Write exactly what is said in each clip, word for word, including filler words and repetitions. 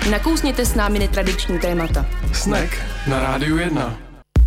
Nakousněte s námi netradiční témata. Snack na Rádiu jedna.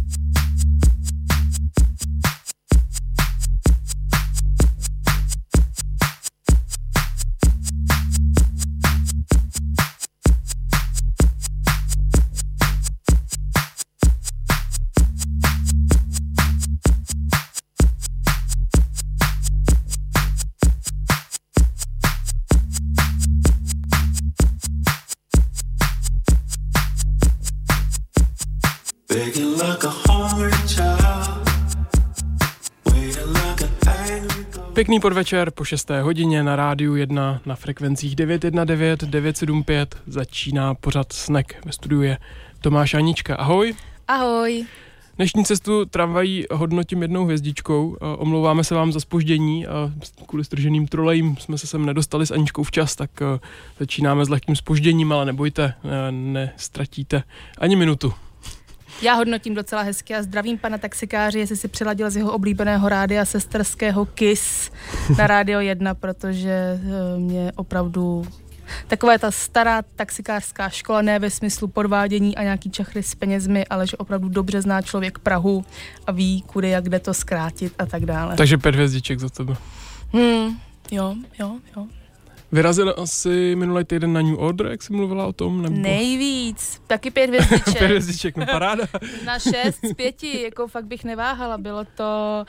Pěkný podvečer po šesté hodině na Rádiu jedna na frekvencích devět jedna devět, devět sedm pět začíná pořad Snack. Ve studiu je Tomáš Anička. Ahoj. Ahoj. Dnešní cestu tramvají hodnotím jednou hvězdičkou. Omlouváme se vám za zpoždění. Kvůli strženým trolejím jsme se sem nedostali s Aničkou včas, tak začínáme s lehkým zpožděním, ale nebojte, nestratíte ani minutu. Já hodnotím docela hezky a zdravím pana taxikáři, jestli si přiladil z jeho oblíbeného rádia sesterského Kiss na Rádio jedna, protože mě opravdu taková ta stará taxikářská škola, ne ve smyslu podvádění a nějaký čachry s penězmi, ale že opravdu dobře zná člověk Prahu a ví, kudy jak kde to zkrátit a tak dále. Takže pět hvězdiček za tebe. Hmm, jo, jo, jo. Vyrazil jsi minulý týden na New Order, jak jsi mluvila o tom? Nebo? Nejvíc, taky pět hvězdiček. Pět hvězdiček, no paráda. Na šest z pěti, jako fakt bych neváhala, bylo to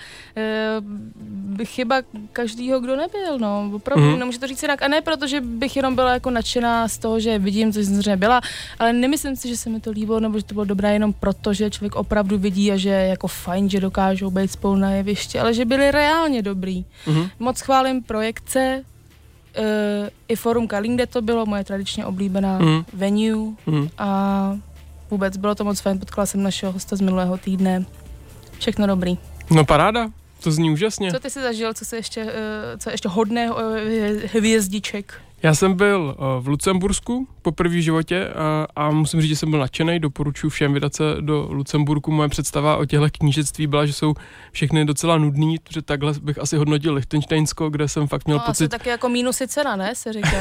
e, chyba každýho, kdo nebyl, no, opravdu, mm. nemůžu to říct jinak, a ne protože bych jenom byla jako nadšená z toho, že vidím, což samozřejmě byla, ale nemyslím si, že se mi to líbilo, nebo že to bylo dobré jenom proto, že člověk opravdu vidí a že je jako fajn, že dokážou být spolu na jevišti, ale že byli reálně dobrý. Mm. Moc chválím projekce, Uh, i Forum Kalín, kde to bylo moje tradičně oblíbená mm. venue mm. a vůbec bylo to moc fajn, potkala jsem našeho hosta z minulého týdne. Všechno dobrý. No paráda, to zní úžasně. Co ty jsi zažil, co se ještě, uh, co ještě hodného uh, hvězdiček? Já jsem byl uh, v Lucembursku po první v životě uh, a musím říct, že jsem byl nadšenej, doporučuji všem vydat se do Lucemburku. Moje představa o těchto knížectví byla, že jsou všechny docela nudný, protože takhle bych asi hodnotil Lichtensteinsko, kde jsem fakt měl no, pocit... asi taky jako mínusy cena, ne, se říká.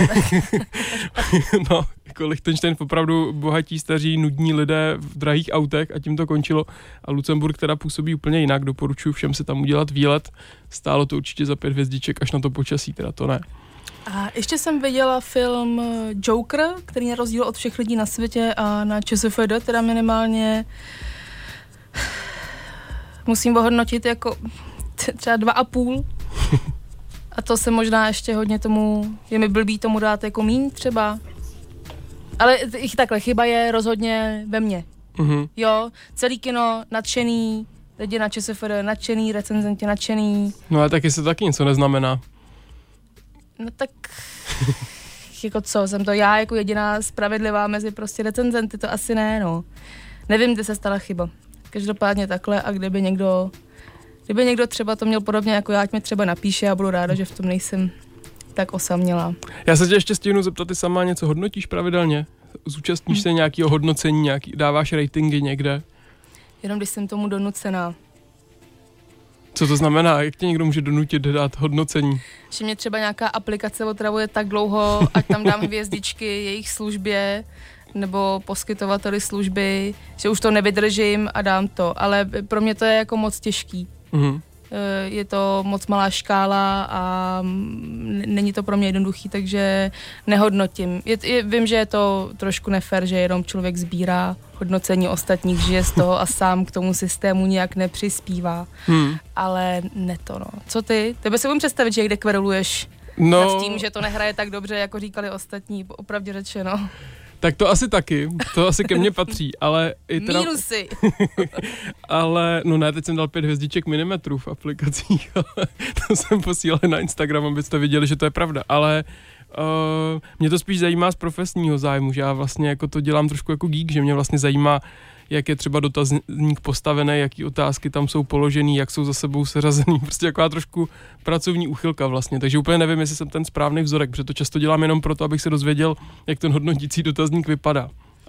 No, jako Lichtenstein opravdu bohatí, staří, nudní lidé v drahých autech a tím to končilo. A Lucemburk teda působí úplně jinak, doporučuji všem si tam udělat výlet. Stálo to určitě za pět hvězdiček, až na to počasí, teda to ne. A ještě jsem viděla film Joker, který na rozdíl od všech lidí na světě a na ČSFD, teda minimálně musím ohodnotit jako třeba dva a půl. A to se možná ještě hodně tomu, je mi blbý tomu dát jako míň třeba. Ale takhle, chyba je rozhodně ve mně. Mm-hmm. Jo, celý kino nadšený, lidi na ČSFD nadšený, recenzenti nadšený. No ale taky se taky něco neznamená. No tak, jako co, jsem to já jako jediná spravedlivá mezi prostě recenzenty, to asi ne, no. Nevím, kde se stala chyba. Každopádně takhle a kdyby někdo, kdyby někdo třeba to měl podobně jako já, ať mi třeba napíše a budu ráda, že v tom nejsem tak osamělá. Já se tě ještě stihnu zeptat, ty sama něco hodnotíš pravidelně? Zúčastníš hmm. se nějakého hodnocení, nějaký, dáváš ratingy někde? Jenom když jsem tomu donucená. Co to znamená? Jak tě někdo může donutit dát hodnocení? Že mě třeba nějaká aplikace otravuje tak dlouho, ať tam dám hvězdičky jejich službě nebo poskytovateli služby, že už to nevydržím a dám to. Ale pro mě to je jako moc těžký. Mm-hmm. Je to moc malá škála a není to pro mě jednoduchý, takže nehodnotím. Je, je, vím, že je to trošku nefér, že jenom člověk sbírá hodnocení ostatních, žije z toho a sám k tomu systému nějak nepřispívá. Hmm. Ale ne to, no. Co ty? Tebe se umím představit, že někde kveruluješ no. nad tím, že to nehraje tak dobře, jako říkali ostatní, opravdu řečeno. Tak to asi taky, to asi ke mně patří, ale i teda... Mínusy. Ale, no ne, teď jsem dal pět hvězdiček milimetrů v aplikacích, ale to jsem posílal na Instagram, abyste viděli, že to je pravda, ale uh, mě to spíš zajímá z profesního zájmu, že já vlastně jako to dělám trošku jako geek, že mě vlastně zajímá, jak je třeba dotazník postavený, jaký otázky tam jsou položený, jak jsou za sebou seřazený, prostě taková trošku pracovní úchylka vlastně, takže úplně nevím, jestli jsem ten správný vzorek, protože to často dělám jenom proto, abych se dozvěděl, jak ten hodnotící dotazník vypadá.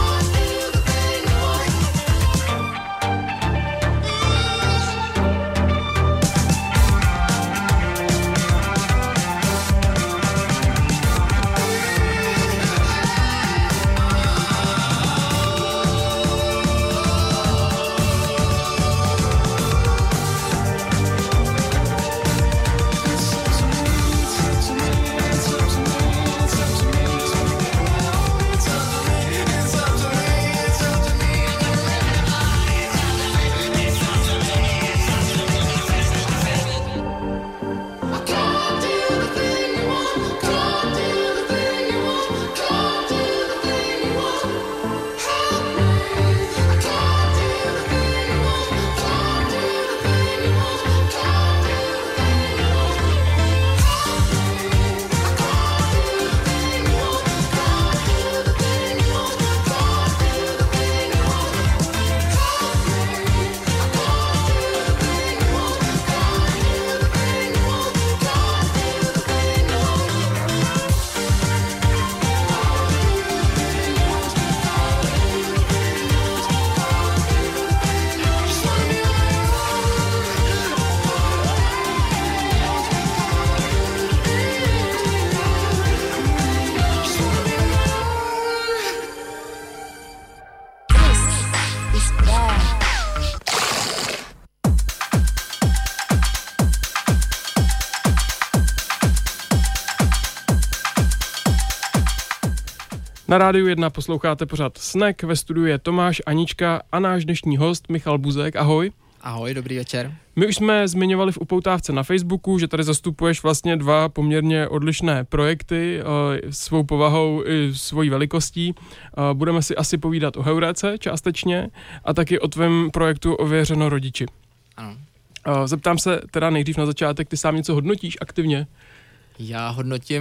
Na Rádiu jedna posloucháte pořád Snack, ve studiu je Tomáš, Anička a náš dnešní host Michal Buzek. Ahoj. Ahoj, dobrý večer. My už jsme zmiňovali v upoutávce na Facebooku, že tady zastupuješ vlastně dva poměrně odlišné projekty svou povahou i svojí velikostí. Budeme si asi povídat o Heuréce částečně a taky o tvém projektu Ověřeno rodiči. Ano. Zeptám se teda nejdřív na začátek, ty sám něco hodnotíš aktivně? Já hodnotím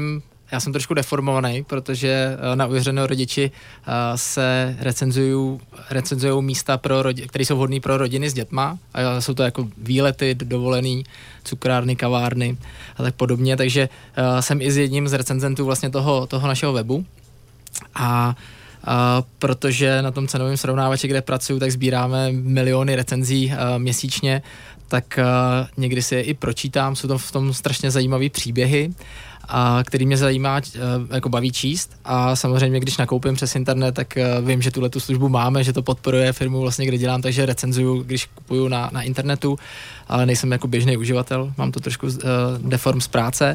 já jsem trošku deformovaný, protože na Uvěřeného rodiči se recenzují recenzují místa, pro rodi- které jsou vhodné pro rodiny s dětma. A jsou to jako výlety, dovolený, cukrárny, kavárny a tak podobně. Takže jsem i s jedním z recenzentů vlastně toho, toho našeho webu. A Uh, protože na tom cenovém srovnávači, kde pracuju, tak sbíráme miliony recenzí uh, měsíčně, tak uh, někdy si je i pročítám, jsou to v tom strašně zajímavé příběhy, a který mě zajímá, uh, jako baví číst, a samozřejmě, když nakoupím přes internet, tak uh, vím, že tuhle tu službu máme, že to podporuje firmu vlastně, kde dělám, takže recenzuju, když kupuju na, na internetu, ale nejsem jako běžný uživatel, mám to trošku uh, deform z práce.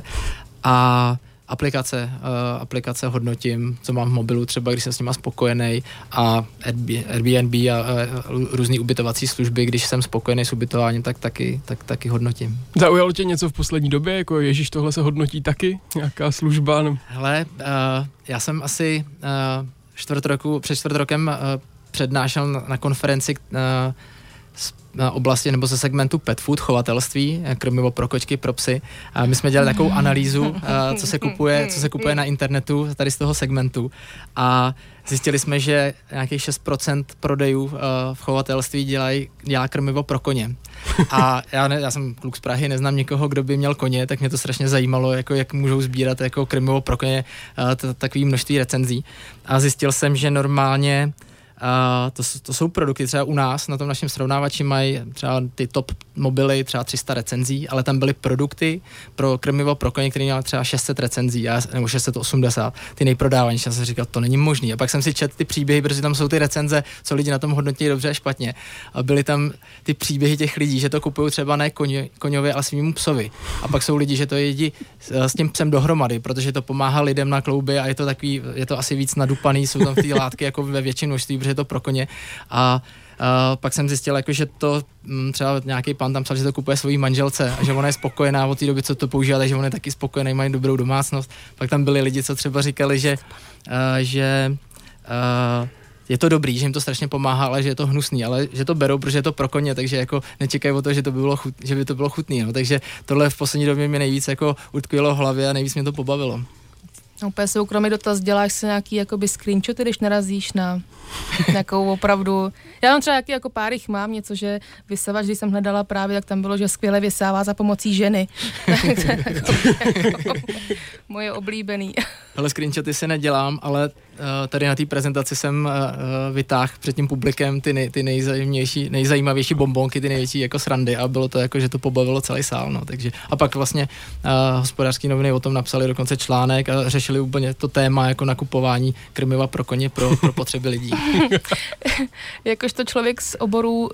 A Aplikace, uh, aplikace hodnotím, co mám v mobilu, třeba když jsem s nima spokojený, a Airbnb a uh, různý ubytovací služby, když jsem spokojený s ubytováním, tak taky, tak taky hodnotím. Zaujalo tě něco v poslední době, jako ježiš, tohle se hodnotí taky? Nějaká služba? No. Hele, uh, já jsem asi uh, čtvrt roku, před čtvrt rokem uh, přednášel na, na konferenci uh, na oblasti nebo ze segmentu pet food, chovatelství, krmivo pro kočky, pro psy. A my jsme dělali takovou analýzu, co se kupuje, co se kupuje na internetu tady z toho segmentu. A zjistili jsme, že nějakých šest procent prodejů v chovatelství dělají, dělá krmivo pro koně. A já, ne, já jsem kluk z Prahy, neznám někoho, kdo by měl koně, tak mě to strašně zajímalo, jako jak můžou sbírat jako krmivo pro koně takové množství recenzí. A zjistil jsem, že normálně Uh, to, to jsou produkty, třeba u nás na tom našem srovnávači mají třeba ty top mobily, třeba tři sta recenzí, ale tam byly produkty pro krmivo pro koně, které měly třeba šest set recenzí, nebo šest set osmdesát, ty nejprodávanější. Já jsem si říkal, to není možný. A pak jsem si četl ty příběhy, protože tam jsou ty recenze, co lidi na tom hodnotí dobře a špatně. A byly tam ty příběhy těch lidí, že to kupují třeba ne koně, koňově, ale svýmu psovi. A pak jsou lidi, že to jedí s tím psem dohromady, protože to pomáhá lidem na klouby a je to takový, je to asi víc nadupaný, jsou tam ty látky jako ve větším množství, protože je to pro koně. A Uh, pak jsem zjistil, jako, že to m, třeba nějaký pán tam psal, že to kupuje svojí manželce a že ona je spokojená od té doby, co to používá, takže on je taky spokojený, mají dobrou domácnost. Pak tam byli lidi, co třeba říkali, že, uh, že uh, je to dobrý, že jim to strašně pomáhá, ale že je to hnusný, ale že to berou, protože je to pro koně, takže jako nečekají o to, že, to by bylo chut, že by to bylo chutný. No. Takže tohle v poslední době mě nejvíc jako utkvělo v hlavě a nejvíc mě to pobavilo. No, úplně soukromý dotaz, děláš si nějaký jakoby screenshoty, když narazíš na nějakou opravdu, já mám třeba nějaký jako pár jich mám, něco, že vysavač, když jsem hledala právě, tak tam bylo, že skvěle vysává za pomocí ženy. Tak to je jako, jako moje oblíbený. Ale screenshoty si nedělám, ale uh, tady na té prezentaci jsem uh, vytáhl před tím publikem ty, nej, ty nejzajímavější, nejzajímavější bombonky, ty největší jako srandy, a bylo to jako, že to pobavilo celý sál, no, takže a pak vlastně uh, Hospodářské noviny o tom napsali dokonce článek a řešili úplně to téma jako nakupování krmiva pro koně pro, pro potřeby lidí. Jakožto člověk z oboru,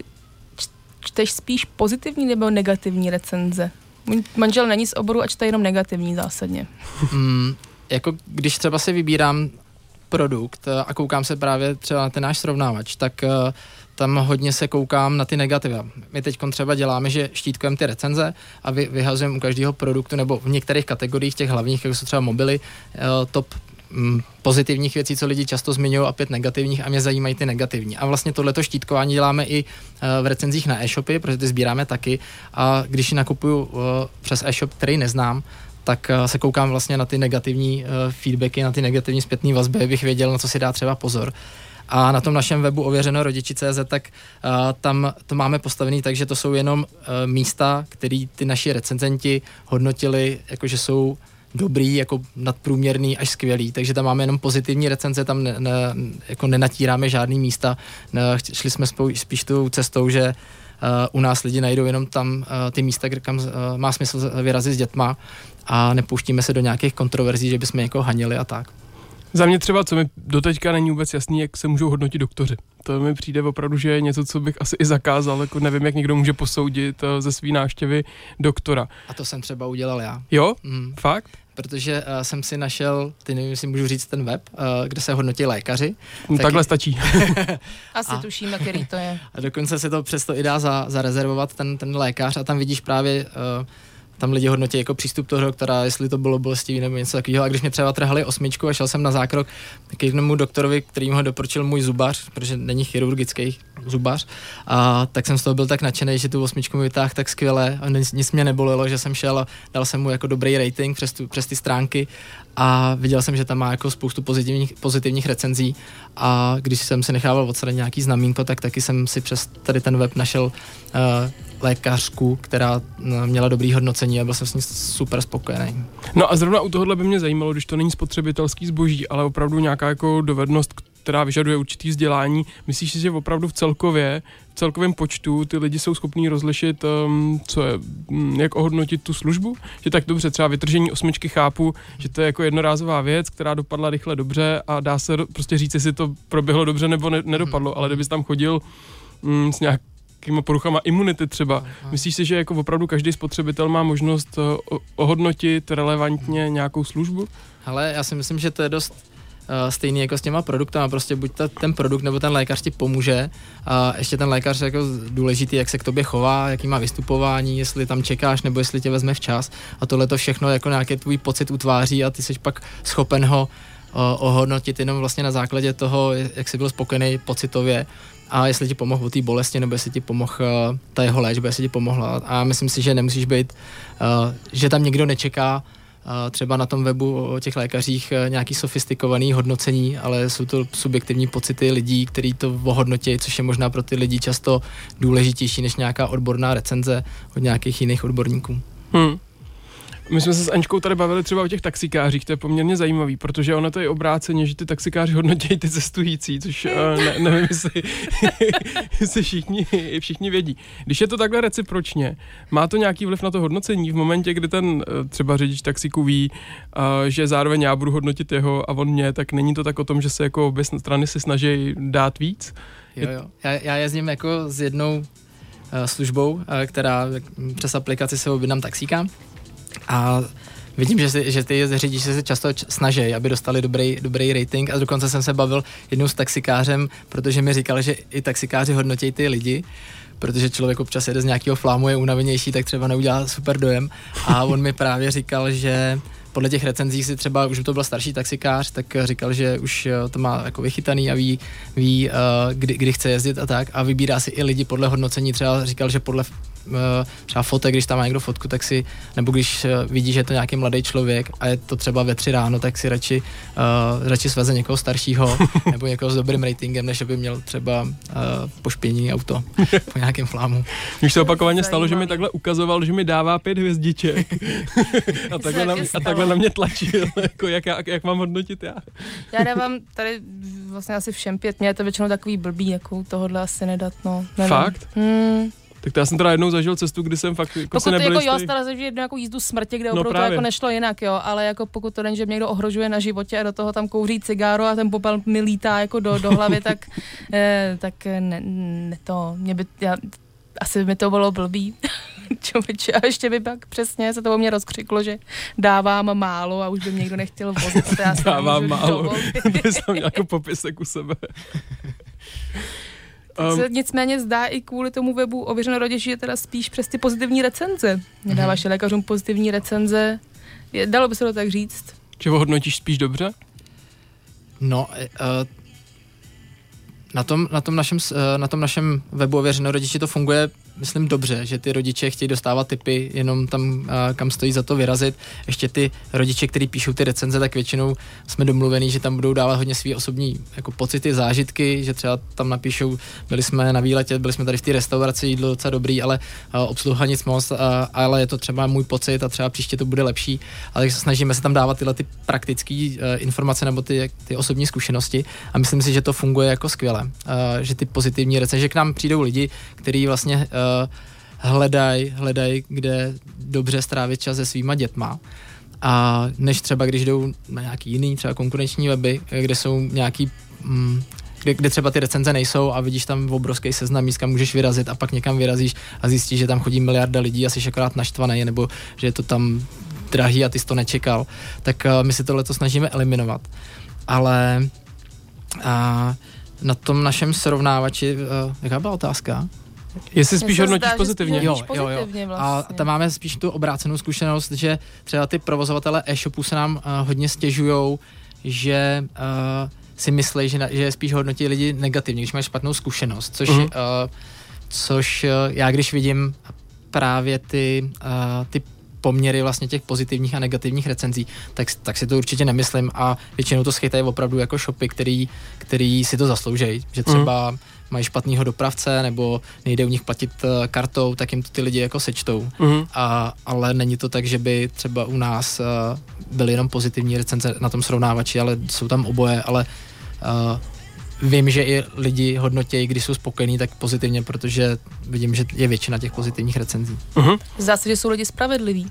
čteš spíš pozitivní nebo negativní recenze? Můj manžel není z oboru a čte jenom negativní zásadně. Mm, jako když třeba si vybírám produkt a koukám se právě třeba na ten náš srovnávač, tak uh, tam hodně se koukám na ty negativa. My teď třeba děláme, že štítkujeme ty recenze a vy, vyhazujeme u každého produktu nebo v některých kategoriích těch hlavních, jako jsou třeba mobily, uh, top mm, pozitivních věcí, co lidi často zmiňují, a pět negativních, a mě zajímají ty negativní. A vlastně tohleto štítkování děláme i uh, v recenzích na e-shopy, protože ty sbíráme taky, a když ji nakupuju uh, přes e-shop, který neznám, tak uh, se koukám vlastně na ty negativní uh, feedbacky, na ty negativní zpětné vazby, abych věděl, na co si dá třeba pozor. A na tom našem webu ověřeno rodiči tečka cé zet, tak uh, tam to máme postavený tak, že to jsou jenom uh, místa, které ty naši recenzenti hodnotili, jakože jsou dobrý, jako nadprůměrný až skvělý, takže tam máme jenom pozitivní recenze, tam ne, ne, jako nenatíráme žádný místa, ne, šli jsme spou, spíš tou cestou, že uh, u nás lidi najdou jenom tam uh, ty místa, kde kam uh, má smysl vyrazit s dětma, a nepouštíme se do nějakých kontroverzí, že bychom někoho hanili a tak. Za mě třeba, co mi doteďka není vůbec jasný, jak se můžou hodnotit doktoři. To mi přijde opravdu, že je něco, co bych asi i zakázal, jako nevím, jak někdo může posoudit ze svý návštěvy doktora. A to jsem třeba udělal já. Jo? Mm. Fakt? Protože uh, jsem si našel, ty nevím, jestli můžu říct ten web, uh, kde se hodnotí lékaři. No, taky... Takhle stačí. Asi a... tušíme, který to je. A dokonce se to přesto i dá za, zarezervovat ten, ten lékař, a tam vidíš právě uh, tam lidi hodnotí jako přístup toho doktora, jestli to bylo bolestivý nebo něco takového. A když mě třeba trhali osmičku a šel jsem na zákrok k jednomu doktorovi, který mi ho doporučil můj zubař, protože není chirurgický zubař, a tak jsem z toho byl tak nadšený, že tu osmičku mi vytáhl tak skvěle a nic, nic mě nebolelo, že jsem šel a dal jsem mu jako dobrý rating přes, tu, přes ty stránky a viděl jsem, že tam má jako spoustu pozitivních, pozitivních recenzí a když jsem si nechával odstranit nějaký znamínko, tak taky jsem si přes tady ten web našel uh, lékařku, která měla dobrý hodnocení a byl jsem s ní super spokojený. No a zrovna u tohohle by mě zajímalo, když to není spotřebitelský zboží, ale opravdu nějaká jako dovednost, která vyžaduje určitý vzdělání. Myslíš si, že opravdu v celkově, v celkovém počtu ty lidi jsou schopní rozlišit, um, co je, um, jak ohodnotit tu službu? Že tak dobře, třeba vytržení osmičky chápu, že to je jako jednorázová věc, která dopadla rychle dobře a dá se prostě říct, jestli to proběhlo dobře nebo ne, nedopadlo, ale kdybys tam chodil um, s nějak jakýma poruchama imunity třeba. Myslíš si, že jako opravdu každý spotřebitel má možnost uh, ohodnotit relevantně nějakou službu? Ale já si myslím, že to je dost uh, stejný jako s těma produktama. Prostě buď ta, ten produkt nebo ten lékař ti pomůže a ještě ten lékař je jako důležitý, jak se k tobě chová, jaký má vystupování, jestli tam čekáš nebo jestli tě vezme včas a tohle to všechno jako nějaký tvůj pocit utváří a ty jsi pak schopen ho uh, ohodnotit jenom vlastně na základě toho, jak jsi byl spokojený pocitově. A jestli ti pomohl od té bolesti, nebo jestli ti pomohl uh, ta jeho léčba, jestli ti pomohla. A myslím si, že nemusíš být, uh, že tam někdo nečeká uh, třeba na tom webu o těch lékařích uh, nějaký sofistikovaný hodnocení, ale jsou to subjektivní pocity lidí, kteří to ohodnotí, což je možná pro ty lidi často důležitější než nějaká odborná recenze od nějakých jiných odborníků. Hmm. My jsme se s Aničkou tady bavili třeba o těch taxikářích, to je poměrně zajímavý, protože ono to je obráceně, že ty taxikáři hodnotí ty cestující, což uh, ne, nevím, jestli, jestli všichni, všichni vědí. Když je to takhle recipročně, má to nějaký vliv na to hodnocení v momentě, kdy ten třeba řidič taxíku ví, uh, že zároveň já budu hodnotit jeho a on mě, tak není to tak o tom, že se jako obě strany si snaží dát víc? Jo, jo. Já, já jezdím jako s jednou uh, službou, uh, která přes aplikaci se objednám taxíka. A vidím, že, si, že ty řidiči se často snaží, aby dostali dobrý, dobrý rating a dokonce jsem se bavil jednou s taxikářem, protože mi říkal, že i taxikáři hodnotí ty lidi, protože člověk občas jede z nějakého flámu, je unavenější, tak třeba neudělá super dojem a on mi právě říkal, že podle těch recenzí si třeba, už to byl starší taxikář, tak říkal, že už to má jako vychytaný a ví, ví kdy, kdy chce jezdit a tak a vybírá si i lidi podle hodnocení, třeba říkal, že podle třeba fotek, když tam má někdo fotku, tak si, nebo když vidí, že je to nějaký mladý člověk a je to třeba ve tři ráno, tak si radši, uh, radši sveze někoho staršího nebo někoho s dobrým ratingem, než aby měl třeba uh, pošpění auto po nějakém flámu. Už se opakovaně stalo, že mi takhle ukazoval, že mi dává pět hvězdiček a takhle na, a takhle na mě tlačil, jako jak, jak, jak mám hodnotit já. Já dávám tady vlastně asi všem pět, mě je to většinou takový blbý, jako tohodle asi nedat, no. Nevím. Fakt? Hmm. Tak to já jsem teda jednou zažil cestu, kdy jsem fakt jako pokud si nebyl jako jo, jistý. stala zažil jednu jako jízdu smrti, kde no opravdu právě. to jako nešlo jinak, jo, ale jako pokud to není, že mě někdo ohrožuje na životě a do toho tam kouří cigáro a ten popel mi lítá jako do, do hlavy, tak, eh, tak ne, ne to, mě by, já, asi by mi to bylo blbý. Čověče, a ještě by pak přesně se to o mě rozkřiklo, že dávám málo a už by mě někdo nechtěl vozit. A to já dávám málo, bys tam jako popisek u sebe. Tak se nicméně zdá i kvůli tomu webu Ověřeno rodiči, že teda spíš přes ty pozitivní recenze. Nedáváš mm-hmm. lékařům pozitivní recenze. Je, dalo by se to tak říct? Že ho hodnotíš spíš dobře? No, uh, na, tom, na, tom našem, uh, na tom našem webu Ověřeno rodiči to funguje, myslím, dobře, že ty rodiče chtějí dostávat tipy jenom tam, uh, kam stojí za to vyrazit. Ještě ty rodiče, kteří píšou ty recenze, tak většinou jsme domluvení, že tam budou dávat hodně svý osobní jako pocity, zážitky, že třeba tam napíšou, byli jsme na výletě, byli jsme tady v té restauraci, jídlo docela dobrý, ale uh, obsluha nic moc, uh, ale je to třeba můj pocit a třeba příště to bude lepší. Ale snažíme se tam dávat tyhle ty praktické uh, informace nebo ty, ty osobní zkušenosti a myslím si, že to funguje jako skvěle. Uh, že ty pozitivní recenze, že k nám přijdou lidi, kteří vlastně uh, hledají, hledaj, kde dobře strávit čas se svýma dětma. A než třeba, když jdou na nějaký jiný, třeba konkurenční weby, kde jsou nějaký, mm, kde, kde třeba ty recenze nejsou a vidíš tam obrovský seznam míst, kam můžeš vyrazit a pak někam vyrazíš a zjistíš, že tam chodí miliarda lidí a jsi akorát naštvaný, nebo že je to tam drahý a ty jsi to nečekal. Tak uh, my si tohleto snažíme eliminovat. Ale uh, na tom našem srovnávači, uh, jaká byla otázka? Jestli spíš se hodnotíš zdá, že pozitivně. spíš Jo, hodnotíš jo, jo. pozitivně A vlastně. tam máme spíš tu obrácenou zkušenost, že třeba ty provozovatelé e-shopů se nám uh, hodně stěžujou, že uh, si myslí, že, na, že spíš hodnotí lidi negativně, když mají špatnou zkušenost, což, Mhm. uh, což uh, já když vidím právě ty, uh, ty poměry vlastně těch pozitivních a negativních recenzí, tak, tak si to určitě nemyslím a většinou to schytají opravdu jako shopy, který, který si to zasloužejí, že třeba mm. mají špatného dopravce nebo nejde u nich platit uh, kartou, tak jim to ty lidi jako sečtou. Mm. A, ale není to tak, že by třeba u nás uh, byly jenom pozitivní recenze na tom srovnávači, ale jsou tam oboje, ale uh, vím, že i lidi hodnotějí, když jsou spokojení, tak pozitivně, protože vidím, že je většina těch pozitivních recenzí. Uh-huh. Zdá se, že jsou lidi spravedliví.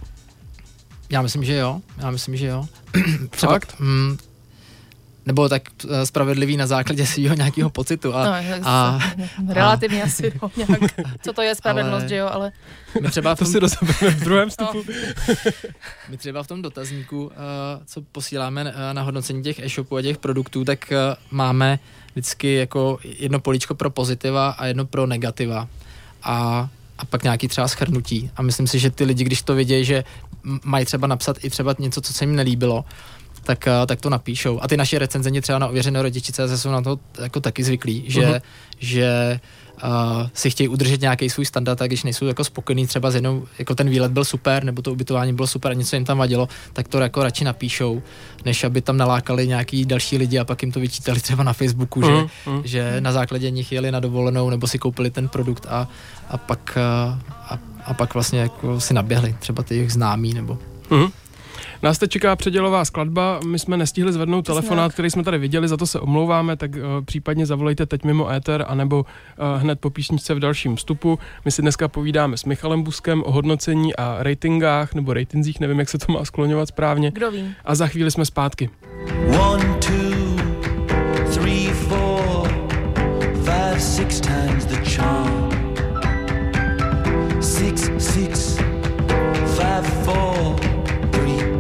Já myslím, že jo. Já myslím, že jo. Třeba, Fakt? mm, nebo tak uh, spravedlivý na základě svého nějakého pocitu. A, No, a, relativně a, asi, no, nějak, co to je spravedlnost, ale, že jo, ale... My třeba v To tom, si rozebereme v druhém vstupu. No. my třeba v tom dotazníku, uh, co posíláme uh, na hodnocení těch e-shopů a těch produktů, tak uh, máme vždycky jako jedno políčko pro pozitiva a jedno pro negativa. A, a pak nějaký třeba shrnutí. A myslím si, že ty lidi, když to vidějí, že mají třeba napsat i třeba něco, co se jim nelíbilo, tak, tak to napíšou. A ty naše recenzenti třeba na ověřené rodiči tečka cé zet jsou na to jako taky zvyklí, že, uh-huh. že uh, si chtějí udržet nějaký svůj standard a když nejsou jako spokojení třeba s jednou, jako ten výlet byl super, nebo to ubytování bylo super a něco jim tam vadilo, tak to jako radši napíšou, než aby tam nalákali nějaký další lidi a pak jim to vyčítali třeba na Facebooku, uh-huh. že, uh-huh. že na základě nich jeli na dovolenou nebo si koupili ten produkt a, a, pak, a, a pak vlastně jako si naběhli třeba ty jejich známí nebo... Uh-huh. Nás teď čeká předělová skladba, my jsme nestihli zvednout telefonát, který jsme tady viděli, za to se omlouváme, tak uh, případně zavolejte teď mimo éter, anebo uh, hned po písničce v dalším vstupu. My si dneska povídáme s Michalem Buskem o hodnocení a ratingách, nebo ratingzích, nevím, jak se to má skloňovat správně. Kdo ví? A za chvíli jsme zpátky. One, two, three, four, five, six times the charm. Six, six, five, four, three.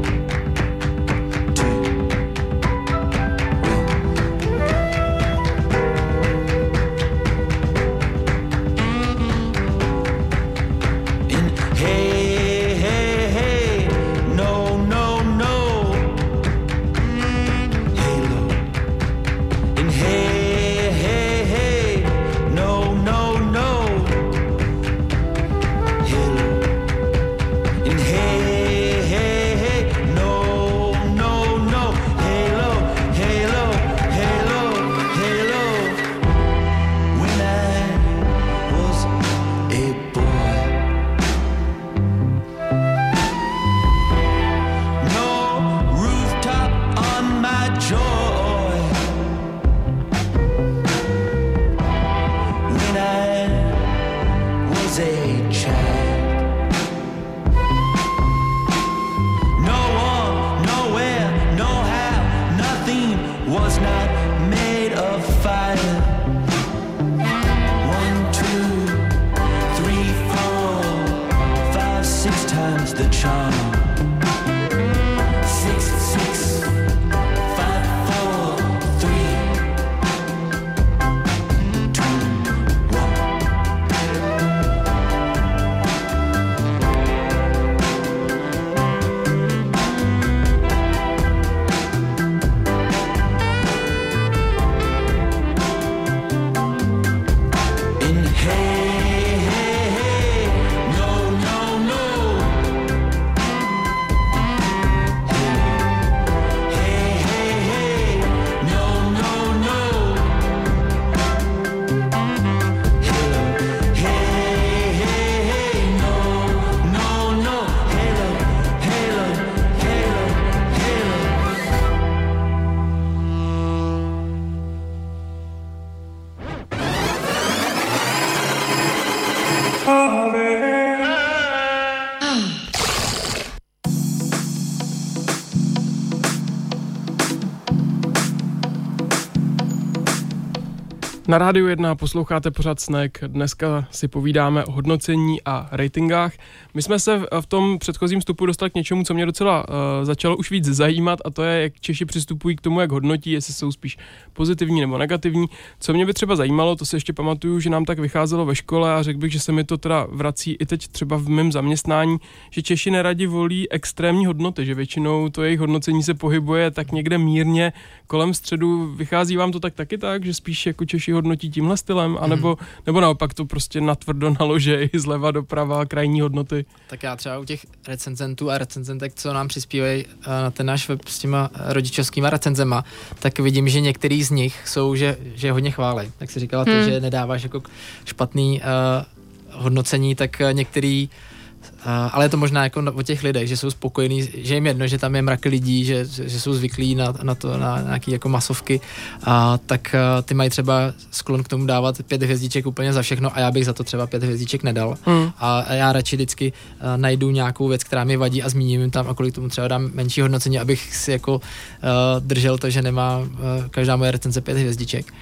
Na Rádiu jedna posloucháte pořad Snack. Dneska si povídáme o hodnocení a ratingách. My jsme se v tom předchozím vstupu dostali k něčemu, co mě docela uh, začalo už víc zajímat, a to je, jak Češi přistupují k tomu, jak hodnotí, jestli jsou spíš pozitivní nebo negativní. Co mě by třeba zajímalo, to se ještě pamatuju, že nám tak vycházelo ve škole a řekl bych, že se mi to teda vrací i teď třeba v mém zaměstnání, že Češi neradi volí extrémní hodnoty, že většinou to jejich hodnocení se pohybuje tak někde mírně kolem středu. Vychází vám to tak taky tak, že spíš jako Češi hodnotí tímhle stylem, anebo, mm. nebo naopak to prostě natvrdo naložej zleva doprava, krajní hodnoty? Tak já třeba u těch recenzentů a recenzentek, co nám přispívají na ten náš web s těma rodičovskýma recenzema, tak vidím, že některý z nich jsou, že, že hodně chválej. Jak jsi říkala, hmm. ty, že nedáváš jako špatný uh, hodnocení, tak některý Uh, ale je to možná jako o těch lidech, že jsou spokojení, že jim jedno, že tam je mrak lidí, že, že jsou zvyklí na, na to, na nějaký jako masovky, a tak uh, ty mají třeba sklon k tomu dávat pět hvězdiček úplně za všechno a já bych za to třeba pět hvězdiček nedal. Hmm. A, a já radši vždycky uh, najdu nějakou věc, která mi vadí a zmíním jim tam a kolik tomu třeba dám menší hodnocení, abych si jako uh, držel to, že nemá uh, každá moje recenze pět hvězdiček.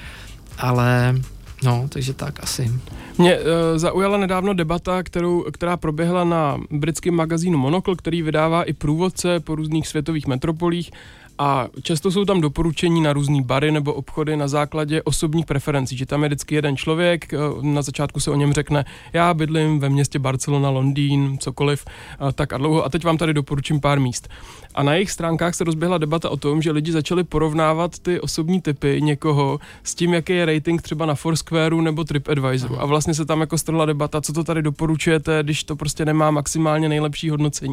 Ale no, takže tak asi. Mě uh, zaujala nedávno debata, kterou, která proběhla na britském magazínu Monocle, který vydává i průvodce po různých světových metropolích, a často jsou tam doporučení na různý bary nebo obchody na základě osobních preferencí, že tam je vždycky jeden člověk, na začátku se o něm řekne, já bydlím ve městě Barcelona, Londýn, cokoliv, tak a dlouho, a teď vám tady doporučím pár míst. A na jejich stránkách se rozběhla debata o tom, že lidi začali porovnávat ty osobní typy někoho s tím, jaký je rating třeba na Foursquareu nebo TripAdvisoru. A vlastně se tam jako strhla debata, co to tady doporučujete, když to prostě nemá maximálně nejlepší hodnocení.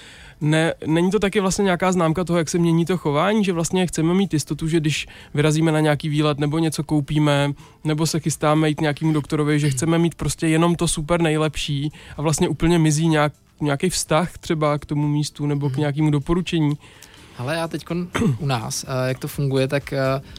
Ne, není to taky vlastně nějaká známka toho, jak se mění to chování, že vlastně chceme mít jistotu, že když vyrazíme na nějaký výlet nebo něco koupíme, nebo se chystáme jít nějakému doktorovi, že chceme mít prostě jenom to super nejlepší a vlastně úplně mizí nějak, nějaký vztah třeba k tomu místu nebo k nějakému doporučení. Ale já teď u nás, jak to funguje, tak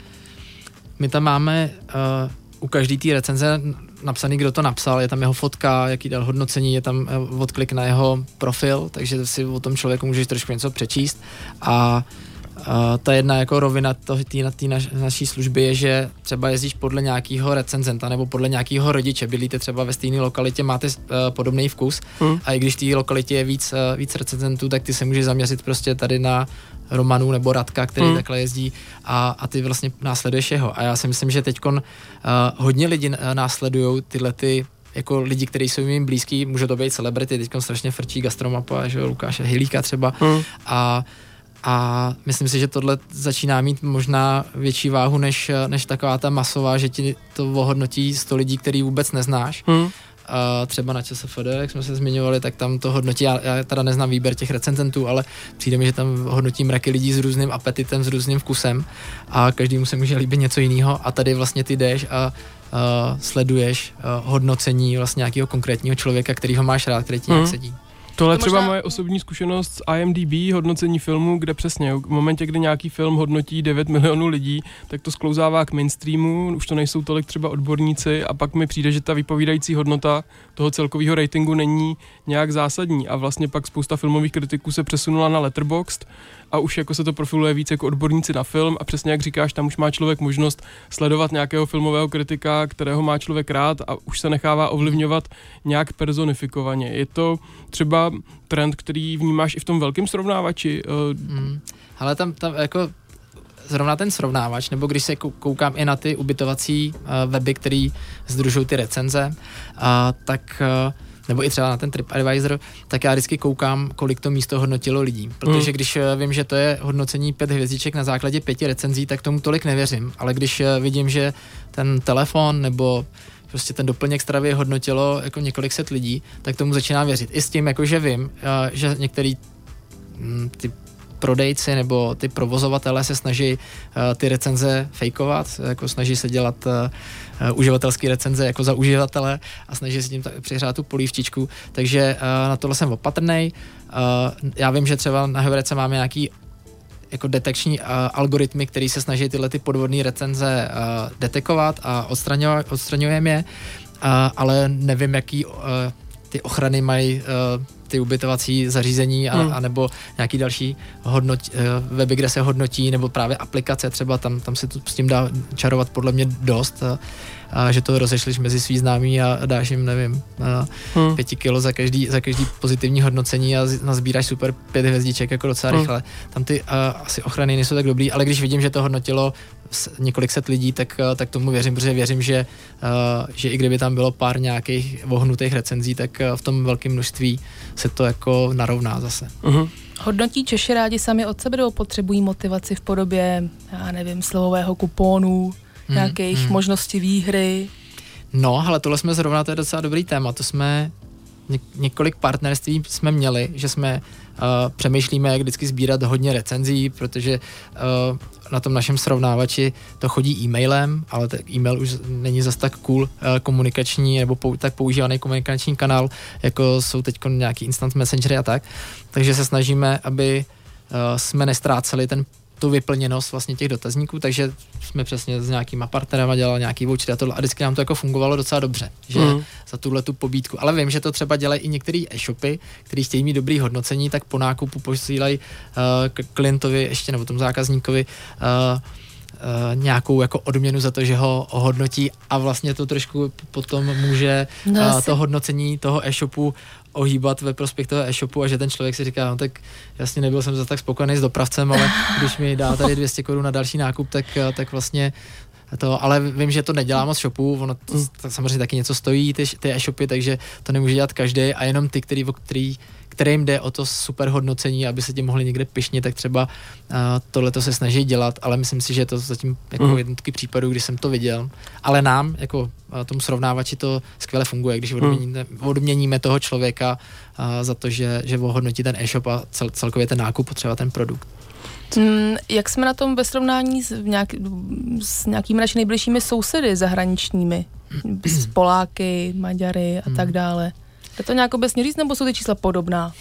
my tam máme u každý té recenze napsaný, kdo to napsal, je tam jeho fotka, jaký dal hodnocení, je tam odklik na jeho profil, takže si o tom člověku můžeš trošku něco přečíst. A, a ta jedna jako rovina té naš, naší služby je, že třeba jezdíš podle nějakého recenzenta nebo podle nějakého rodiče, bydlíte třeba ve stejné lokalitě, máte uh, podobný vkus, hmm. a i když v té lokalitě je víc, uh, víc recenzentů, tak ty se můžeš zaměřit prostě tady na Romanu nebo Radka, který hmm. takhle jezdí, a, a ty vlastně následuješ jeho. A já si myslím, že teďkon uh, hodně lidí následujou tyhle ty jako lidi, kteří jsou jim blízký, může to být celebrity, teďkon strašně frčí Gastromapa, že jo, Lukáše Hylíka třeba, hmm. a A myslím si, že tohle začíná mít možná větší váhu než, než taková ta masová, že ti to ohodnotí sto lidí, který vůbec neznáš. Hmm. A třeba na ČSFD, jak jsme se zmiňovali, tak tam to hodnotí, já, já teda neznám výběr těch recenzentů, ale přijde mi, že tam hodnotí mraky lidí s různým apetitem, s různým vkusem a každému se může líbit něco jiného, a tady vlastně ty jdeš a Uh, sleduješ uh, hodnocení vlastně nějakého konkrétního člověka, kterýho máš rád, který ti nějak hmm. sedí. Tohle je třeba možná moje osobní zkušenost z I M D B, hodnocení filmu, kde přesně v momentě, kdy nějaký film hodnotí devět milionů lidí, tak to sklouzává k mainstreamu, už to nejsou tolik třeba odborníci, a pak mi přijde, že ta vypovídající hodnota toho celkového ratingu není nějak zásadní, a vlastně pak spousta filmových kritiků se přesunula na Letterboxd a už jako se to profiluje víc jako odborníci na film, a přesně jak říkáš, tam už má člověk možnost sledovat nějakého filmového kritika, kterého má člověk rád, a už se nechává ovlivňovat nějak personifikovaně. Je to třeba trend, který vnímáš i v tom velkém srovnávači? Hmm. Ale tam, tam jako zrovna ten srovnávač, nebo když se koukám i na ty ubytovací uh, weby, který sdružují ty recenze, uh, tak uh, nebo i třeba na ten TripAdvisor, tak já vždycky koukám, kolik to místo hodnotilo lidí. Protože mm. když vím, že to je hodnocení pět hvězdiček na základě pěti recenzí, tak tomu tolik nevěřím. Ale když vidím, že ten telefon nebo prostě ten doplněk stravy hodnotilo jako několik set lidí, tak tomu začínám věřit. I s tím, jako že vím, že některý ty prodejci nebo ty provozovatelé se snaží uh, ty recenze fejkovat, jako snaží se dělat uh, uh, uživatelské recenze jako za uživatele a snaží se tím ta- přihrát tu polívčičku, takže uh, na tohle jsem opatrnej. Uh, já vím, že třeba na Heverece máme nějaký jako detekční uh, algoritmy, který se snaží tyhle ty podvodné recenze uh, detekovat a odstraňujeme je, uh, ale nevím, jaký uh, ty ochrany mají uh, ty ubytovací zařízení a, hmm. a nebo nějaký další hodnot, weby, kde se hodnotí, nebo právě aplikace třeba, tam, tam se to s tím dá čarovat podle mě dost, a, a že to rozešliš mezi svý známí a dáš jim, nevím, hmm. pěti kilo za každý, za každý pozitivní hodnocení a nazbíráš super pět hvězdiček jako docela hmm. rychle. Tam ty a, asi ochrany nejsou tak dobrý, ale když vidím, že to hodnotilo několik set lidí, tak, tak tomu věřím, protože věřím, že, že i kdyby tam bylo pár nějakých vohnutých recenzí, tak v tom velkém množství se to jako narovná zase. Uh-huh. Hodnotí Češi rádi sami od sebe, nebo potřebují motivaci v podobě, já nevím, slovového kupónu, hmm, nějakých hmm. možností výhry? No, ale tohle jsme zrovna, to je docela dobrý téma, to jsme ně, několik partnerství jsme měli, že jsme uh, přemýšlíme, jak vždycky sbírat hodně recenzí, protože uh, na tom našem srovnávači to chodí e-mailem, ale ten e-mail už není zas tak cool uh, komunikační nebo pou, tak používaný komunikační kanál, jako jsou teď nějaký instant messengery a tak. Takže se snažíme, aby uh, jsme nestráceli ten tu vyplněnost vlastně těch dotazníků, takže jsme přesně s nějakýma partnerama dělali nějaký voucher a tohle a vždycky nám to jako fungovalo docela dobře, že mm. za tuhle tu pobídku. Ale vím, že to třeba dělají i některé e-shopy, který chtějí mít dobrý hodnocení, tak po nákupu posílají uh, k klientovi ještě nebo tomu zákazníkovi uh, Uh, nějakou jako odměnu za to, že ho ohodnotí a vlastně to trošku potom může no, uh, to hodnocení toho e-shopu ohýbat ve prospěch toho e-shopu a že ten člověk si říká, no tak jasně nebyl jsem za tak spokojený s dopravcem, ale když mi dá tady dvě stě korun na další nákup, tak, tak vlastně to, ale vím, že to nedělá moc shopů, ono to, to samozřejmě taky něco stojí, ty, ty e-shopy, takže to nemůže dělat každý a jenom ty, který, který kterým jde o to super hodnocení, aby se tím mohli někde pyšnit, tak třeba uh, tohleto se snaží dělat, ale myslím si, že je to zatím jako mm. jednotky případů, kdy jsem to viděl. Ale nám, jako uh, tomu srovnávači, to skvěle funguje, když odměníme, odměníme toho člověka uh, za to, že, že ohodnotí ten e-shop a cel, celkově ten nákup, třeba ten produkt. Hmm, jak jsme na tom ve srovnání s, nějak, s nějakými naši nejbližšími sousedy zahraničními? S Poláky, Maďary a hmm. tak dále. Je to nějak obecně říct, nebo jsou ty čísla podobná?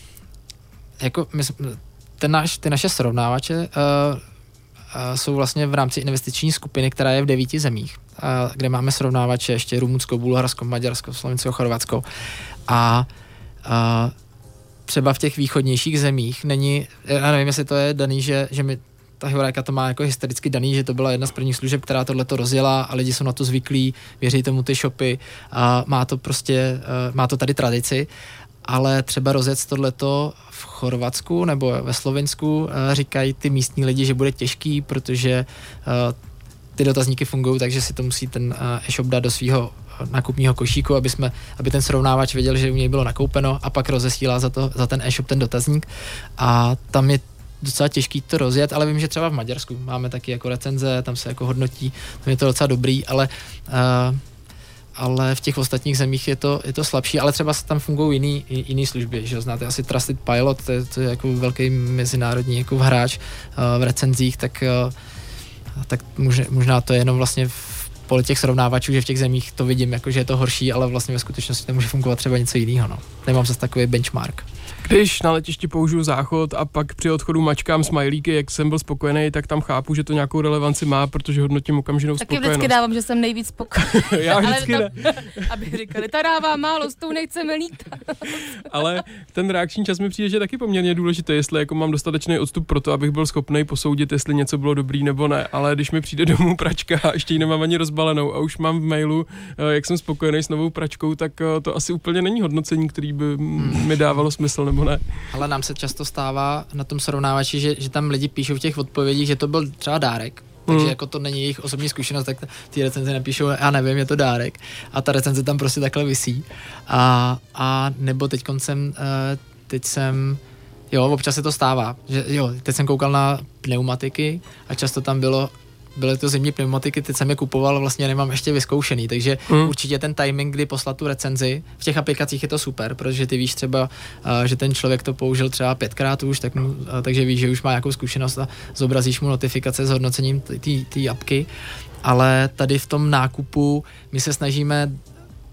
Jako my, ten náš, ty naše srovnávače uh, uh, jsou vlastně v rámci investiční skupiny, která je v devíti zemích, uh, kde máme srovnávače ještě Rumunsko, Bulharsko, Maďarsko, Slovensko, Chorvatsko. A uh, třeba v těch východnějších zemích není, já nevím, jestli to je daný, že, že my ta Heureka to má jako historicky daný, že to byla jedna z prvních služeb, která tohleto rozjela a lidi jsou na to zvyklí, věří tomu ty shopy a má to prostě, má to tady tradici, ale třeba rozjet tohleto v Chorvatsku nebo ve Slovinsku říkají ty místní lidi, že bude těžký, protože ty dotazníky fungují, takže si to musí ten e-shop dát do svého nákupního košíku, aby, jsme, aby ten srovnávač věděl, že u něj bylo nakoupeno a pak rozesílá za, to, za ten e-shop ten dotazník a tam je docela těžký to rozjet, ale vím, že třeba v Maďarsku máme taky jako recenze, tam se jako hodnotí, tam je to docela dobrý, ale, uh, ale v těch ostatních zemích je to, je to slabší, ale třeba tam fungují jiný, jiný služby, že znáte asi Trusted Pilot, to je, to je jako velký mezinárodní jako hráč uh, v recenzích, tak, uh, tak možná, možná to je jenom vlastně v poli těch srovnávačů, že v těch zemích to vidím, jako, že je to horší, ale vlastně ve skutečnosti to může fungovat třeba něco jiného. No. Nemám zase takový benchmark. Když na letišti použiju záchod a pak při odchodu mačkám smajlíky, jak jsem byl spokojený, tak tam chápu, že to nějakou relevanci má, protože hodnotím okamžitou taky spokojenost. Taky vždycky dávám, že jsem nejvíc spokojený. Já vždycky ale tam, aby říkali, ta dává málo, s tou nechceme lítat. Ale ten reakční čas mi přijde, že je taky poměrně důležitý, jestli jako mám dostatečný odstup pro to, abych byl schopný posoudit, jestli něco bylo dobrý nebo ne. Ale když mi přijde domů pračka a ještě ji nemám ani rozbalenou a už mám v mailu, jak jsem spokojený s novou pračkou, tak to asi úplně není hodnocení, který by mi dávalo smysl, nebo ne. Ale nám se často stává na tom srovnávači, že, že tam lidi píšou v těch odpovědích, že to byl třeba dárek, takže mm. jako to není jejich osobní zkušenost, tak ty recenze napíšou, já nevím, je to dárek a ta recenze tam prostě takhle visí. A, a nebo teď jsem, teď jsem, jo, občas se to stává, že jo, teď jsem koukal na pneumatiky a často tam bylo, byly to zimní pneumatiky, teď jsem je kupoval, vlastně nemám ještě vyzkoušený, takže mm. určitě ten timing, kdy poslat tu recenzi, v těch aplikacích je to super, protože ty víš třeba, uh, že ten člověk to použil třeba pětkrát už, tak mu, uh, takže víš, že už má nějakou zkušenost a zobrazíš mu notifikace s hodnocením té apky, ale tady v tom nákupu my se snažíme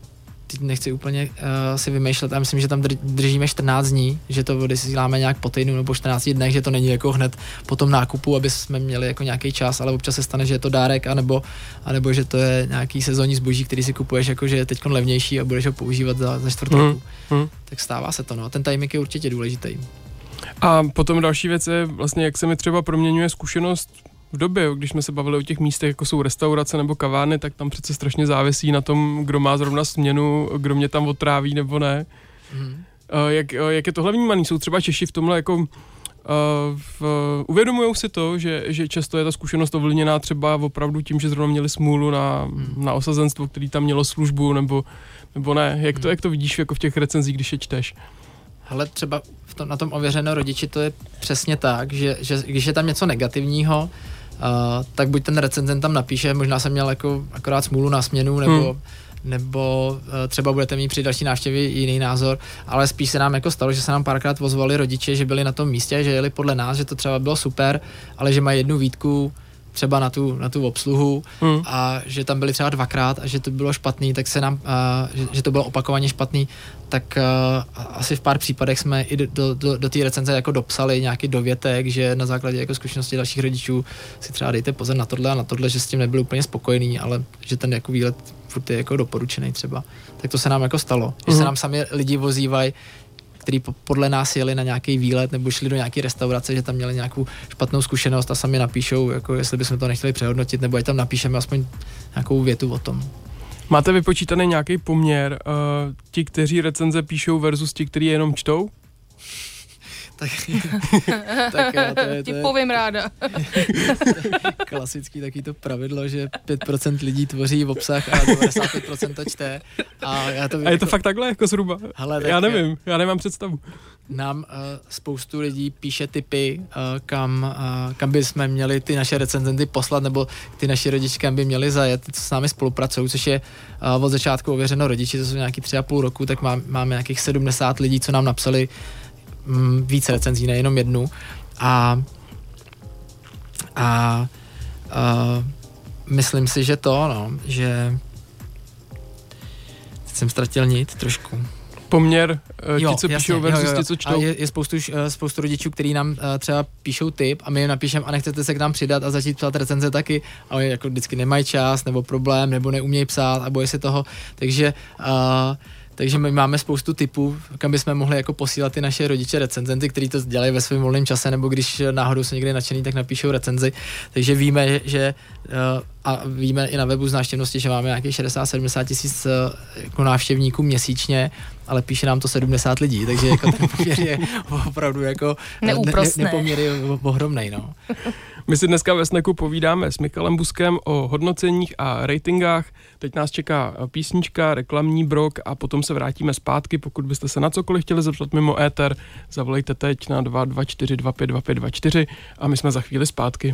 teď nechci úplně uh, si vymýšlet, a myslím, že tam držíme čtrnáct dní, že to odesíláme nějak po týdnu nebo čtrnácti dnech, že to není jako hned po tom nákupu, aby jsme měli jako nějaký čas, ale občas se stane, že je to dárek, anebo, anebo že to je nějaký sezónní zboží, který si kupuješ jako, že je teď levnější a budeš ho používat za, za čtvrt roku. Mm, mm. Tak stává se to, no. Ten timing je určitě důležitý. A potom další věc je vlastně, jak se mi třeba proměňuje zkušenost v době, když jsme se bavili o těch místech, jako jsou restaurace nebo kavárny, tak tam přece strašně závisí na tom, kdo má zrovna směnu, kdo mě tam otráví nebo ne. Mm. Jak, jak je tohle vnímaný? Jsou třeba Češi v tomhle jako... Uh, uvědomujou si to, že, že často je ta zkušenost ovlivněná třeba opravdu tím, že zrovna měli smůlu na, mm. na osazenstvo, který tam mělo službu, nebo, nebo ne. Jak to, mm. jak to vidíš jako v těch recenzích, když je čteš? Hele, třeba v tom, na tom ověřené rodiči to je přesně tak, že, že když je tam něco negativního, Uh, tak buď ten recenzent tam napíše, možná jsem měl jako akorát smůlu na směnu, nebo, hmm. nebo uh, třeba budete mít při další návštěvě jiný názor, ale spíš se nám jako stalo, že se nám párkrát ozvali rodiče, že byli na tom místě, že jeli podle nás, že to třeba bylo super, ale že mají jednu výtku třeba na tu, na tu obsluhu hmm. a že tam byli třeba dvakrát a že to bylo špatný, tak se nám, uh, že, že to bylo opakovaně špatný, tak uh, asi v pár případech jsme i do, do, do té recenze jako dopsali nějaký dovětek, že na základě jako zkušenosti dalších rodičů si třeba dejte pozor na tohle a na tohle, že s tím nebyli úplně spokojení, ale že ten jako výlet furt je jako doporučený třeba. Tak to se nám jako stalo, že hmm. se nám sami lidi vozívají, který podle nás jeli na nějaký výlet nebo šli do nějaké restaurace, že tam měli nějakou špatnou zkušenost a sami napíšou, jako jestli bychom to nechtěli přehodnotit, nebo ať tam napíšeme aspoň nějakou větu o tom. Máte vypočítaný nějaký poměr uh, ti, kteří recenze píšou versus ti, kteří jenom čtou? tak, tak jo, to je, Ti povím ráda. Klasický taky to pravidlo, že pět procent lidí tvoří obsah a devadesát pět procent to čte. A, já to a je jako, to fakt takhle jako zhruba? Hele, já nevím, já nemám představu. Nám uh, spoustu lidí píše tipy, uh, kam, uh, kam by jsme měli ty naše recenzenty poslat, nebo ty naši rodiče kam by měli zajet, co s námi spolupracují, což je uh, od začátku ověřeno rodiči, to jsou nějaký tři a půl roku, tak má, máme nějakých sedmdesát lidí, co nám napsali um, více recenzí, nejenom jednu. A, a uh, myslím si, že to, no, že teď jsem ztratil nit trošku. Poměr, ti, jo, co jasně, píšou versus jo, jo. ti, co čtou. A je, je spoustu, spoustu rodičů, kteří nám uh, třeba píšou tip a my jim napíšeme a nechcete se k nám přidat a začít psát recenze taky a oni jako vždycky nemají čas nebo problém nebo neumějí psát a bojí se toho, takže uh, takže my máme spoustu tipů, kam bychom mohli jako posílat ty naše rodiče recenzenty, kteří to dělají ve svém volném čase, nebo když náhodou jsou někde nadšený, tak napíšou recenzi. Takže víme, že a víme i na webu z návštěvnosti, že máme nějakých šedesát sedmdesát tisíc jako návštěvníků měsíčně, ale píše nám to sedmdesát lidí, takže jako ten poměr je opravdu jako neúprosné. Ne, nepoměr je ohromnej, no. My si dneska ve Snacku povídáme s Michalem Buskem o hodnoceních a ratingách. Teď nás čeká písnička, reklamní brok a potom se vrátíme zpátky. Pokud byste se na cokoliv chtěli zeptat mimo éter, zavolejte teď na dva dva čtyři dva pět dva pět dva čtyři a my jsme za chvíli zpátky.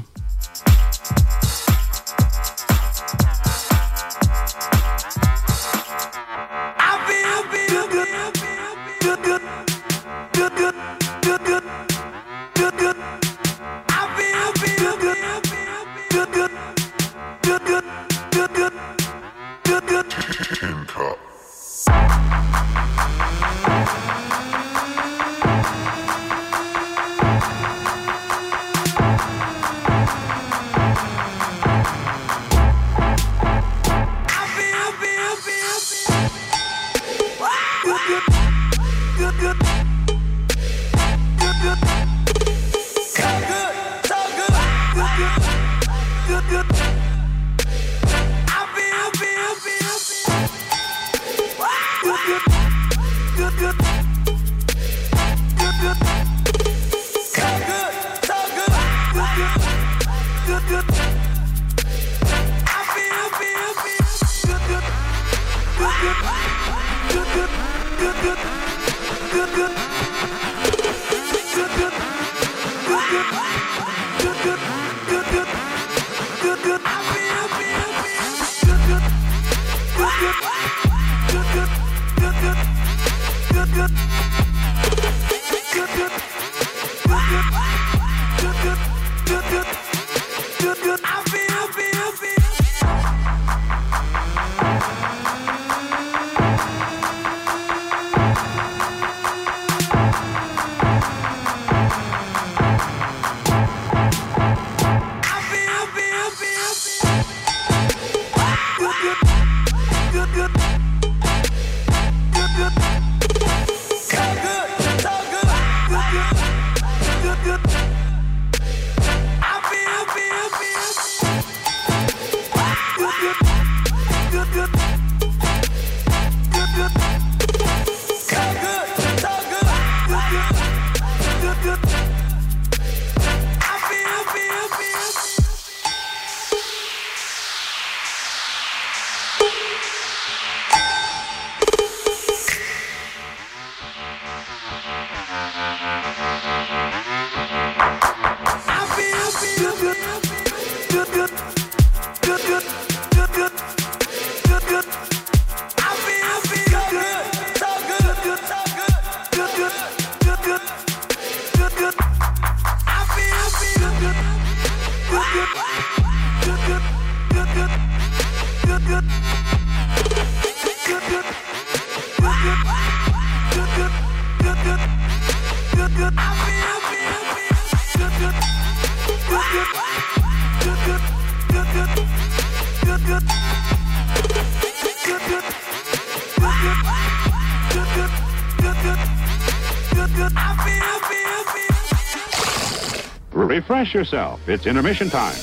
Refresh yourself. It's intermission time.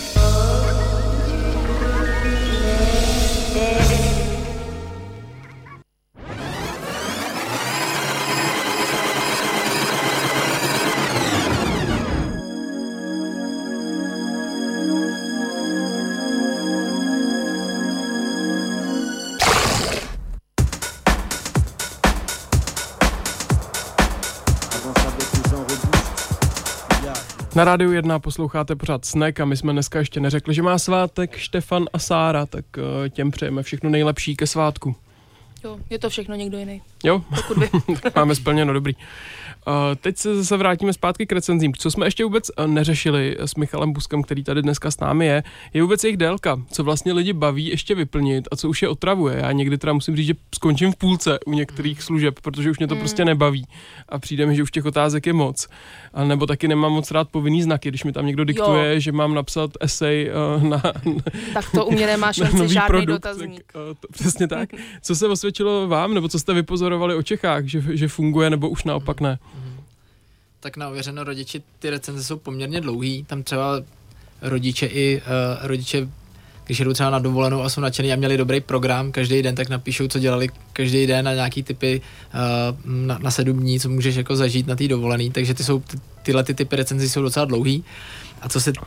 Na Rádiu jedna posloucháte pořád Snack a my jsme dneska ještě neřekli, že má svátek Štefan a Sára, tak uh, těm přejeme všechno nejlepší ke svátku. Jo, je to všechno někdo jiný. Jo? Pokud by. Máme splněno, dobrý. Uh, teď se zase vrátíme zpátky k recenzím. Co jsme ještě vůbec neřešili s Michalem Buskem, který tady dneska s námi je, je vůbec jejich délka. Co vlastně lidi baví ještě vyplnit a co už je otravuje. Já někdy teda musím říct, že skončím v půlce u některých služeb, protože už mě to mm. prostě nebaví. A přijde mi, že už těch otázek je moc. A nebo taky nemám moc rád povinný znaky, když mi tam někdo diktuje, jo. že mám napsat esej uh, na, na tak to u mě nemá šanci žádný produkt, dotazník. Tak, uh, to, přesně tak. Co se osvědčilo vám, nebo co jste vypozorovali o Čechách, že, že funguje, nebo už naopak ne? Tak na ověřeno rodiči ty recenze jsou poměrně dlouhý, tam třeba rodiče i uh, rodiče, když jedou třeba na dovolenou a jsou nadšený a měli dobrý program každý den, tak napíšou, co dělali každý den na nějaký typy uh, na, na sedm dní, co můžeš jako zažít na té dovolený, takže ty jsou, ty, tyhle ty typy recenzí jsou docela dlouhý. A co se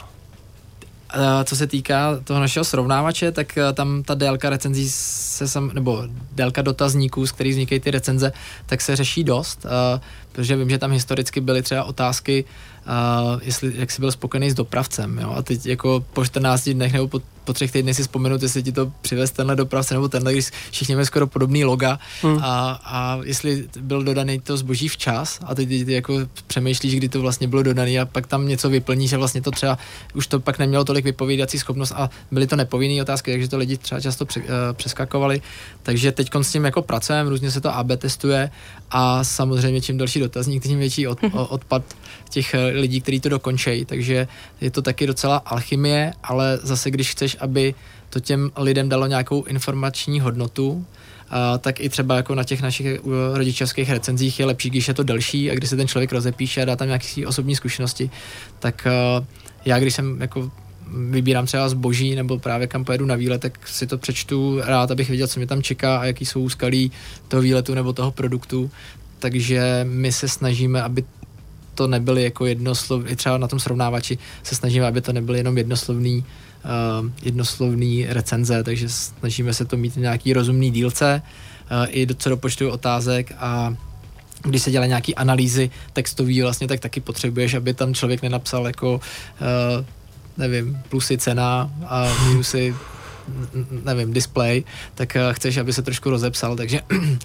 Co se týká toho našeho srovnávače, tak tam ta délka recenzí se sam, nebo délka dotazníků, z kterých vznikají ty recenze, tak se řeší dost, uh, protože vím, že tam historicky byly třeba otázky, uh, jestli, jak jsi byl spokojený s dopravcem, jo? A teď jako po čtrnácti dnech nebo po, po třech týdnech si vzpomenout, jestli ti to přivez tenhle dopravce nebo tenhle, když všichni mají skoro podobný loga hmm. a, a jestli byl dodaný to zboží včas a teď ty jako přemýšlíš, kdy to vlastně bylo dodaný a pak tam něco vyplníš a vlastně to třeba už to pak nemělo tolik vypovídací schopnost a byly to nepovinné otázky, takže to lidi třeba často při, uh, přeskakovali, takže teď s tím jako pracujeme, různě se to A B testuje a samozřejmě čím další dotazník, tím větší od, odpad těch lidí, kteří to dokončejí, takže je to taky docela alchymie, ale zase když chceš, aby to těm lidem dalo nějakou informační hodnotu, a tak i třeba jako na těch našich rodičovských recenzích je lepší, když je to delší a když se ten člověk rozepíše a dá tam nějaké osobní zkušenosti, tak já když jsem jako vybírám třeba zboží nebo právě kam pojedu na výlet, tak si to přečtu rád, abych věděl, co mě tam čeká a jaký jsou úskalí toho výletu nebo toho produktu, takže my se snažíme, aby to nebyly jako jednoslovný, třeba na tom srovnávači se snažíme, aby to nebyly jenom jednoslovný, uh, jednoslovný recenze, takže snažíme se to mít v nějaký rozumný dílce, uh, i do, co do počtu otázek a když se dělají nějaký analýzy textový vlastně, tak taky potřebuješ, aby tam člověk nenapsal jako uh, nevím, plusy cena a minusy nevím, display, tak uh, chceš, aby se trošku rozepsal, takže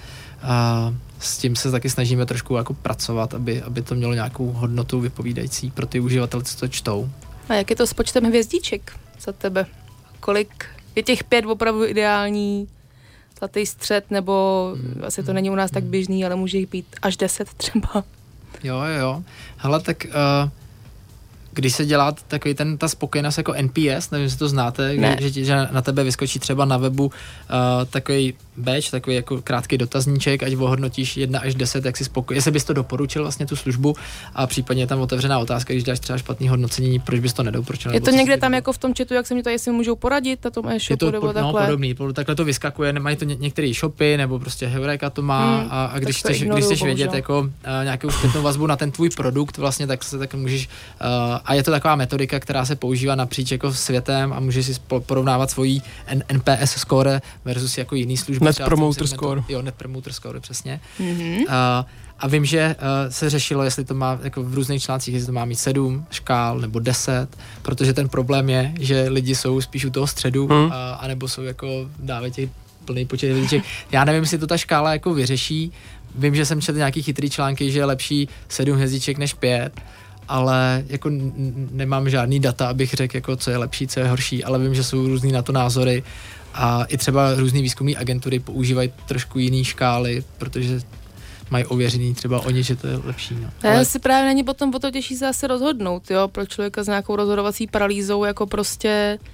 a s tím se taky snažíme trošku jako pracovat, aby, aby to mělo nějakou hodnotu vypovídající pro ty uživatele, co to čtou. A jak je to s počtem hvězdiček za tebe? Kolik je těch pět opravdu ideální, zlatý střed, nebo mm, asi to není u nás mm, tak běžný, ale může jich být až deset třeba. Jo, jo, jo. Hele, tak uh, když se dělá takový ten, ta spokojenost jako N P S, nevím, jestli to znáte, že, že, že na tebe vyskočí třeba na webu uh, takový badge, takový jako krátký dotazníček, ať ohodnotíš jedna až deset, jak si spokojený, jestli bys to doporučil vlastně tu službu a případně je tam otevřená otázka, když dáš třeba špatný hodnocení, proč bys to nedoporučil. Je to někde tam jako v tom chatu, jak se mi to, jestli můžou poradit na tom e-shopu to, nebo no, takhle? Podobný, takhle to vyskakuje, nemají to ně, některé shopy nebo prostě Heureka to má hmm, a, a když chceš, ignoruju, když chceš vědět jako uh, nějakou zpětnou vazbu na ten tvůj produkt, vlastně tak se tak můžeš uh, a je to taková metodika, která se používá napříč jako světem a můžeš si porovnávat svojí N P S score versus jako jiný služby. Net Promoter Score. Jo, Net Promoter Score, přesně. Mm-hmm. Uh, a vím, že uh, se řešilo, jestli to má jako v různých článcích, jestli to má mít sedm škál nebo deset, protože ten problém je, že lidi jsou spíš u toho středu, mm. uh, anebo jsou jako dávají těch plný počet hvězdiček. Já nevím, jestli to ta škála jako vyřeší. Vím, že jsem četl nějaký chytrý články, že je lepší sedm hvězdiček než pět, ale jako n- nemám žádný data, abych řekl, jako co je lepší, co je horší, ale vím, že jsou různý na to názory a i třeba různý výzkumné agentury používají trošku jiný škály, protože mají ověřený třeba oni, že to je lepší. No. Ale já si právě není potom o to těžší se zase rozhodnout, jo, pro člověka s nějakou rozhodovací paralýzou, jako prostě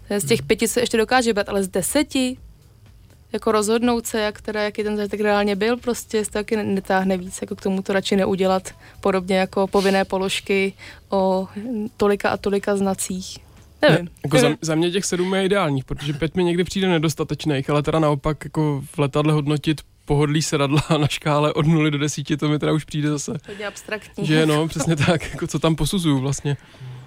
Z těch pěti se ještě dokáže brát, ale z deseti jako rozhodnout se, jak, teda, jaký ten zážitek reálně byl, prostě se taky netáhne víc, jako k tomu to radši neudělat, podobně jako povinné položky o tolika a tolika znacích. Nevím. Ne, jako za, za mě těch sedm je ideálních, protože pět mi někdy přijde nedostatečných, ale teda naopak jako v letadle hodnotit pohodlí sedadla na škále od nuly do desíti, to mi teda už přijde zase. Hodně abstraktní. Že no, přesně tak, jako co tam posuzuju vlastně.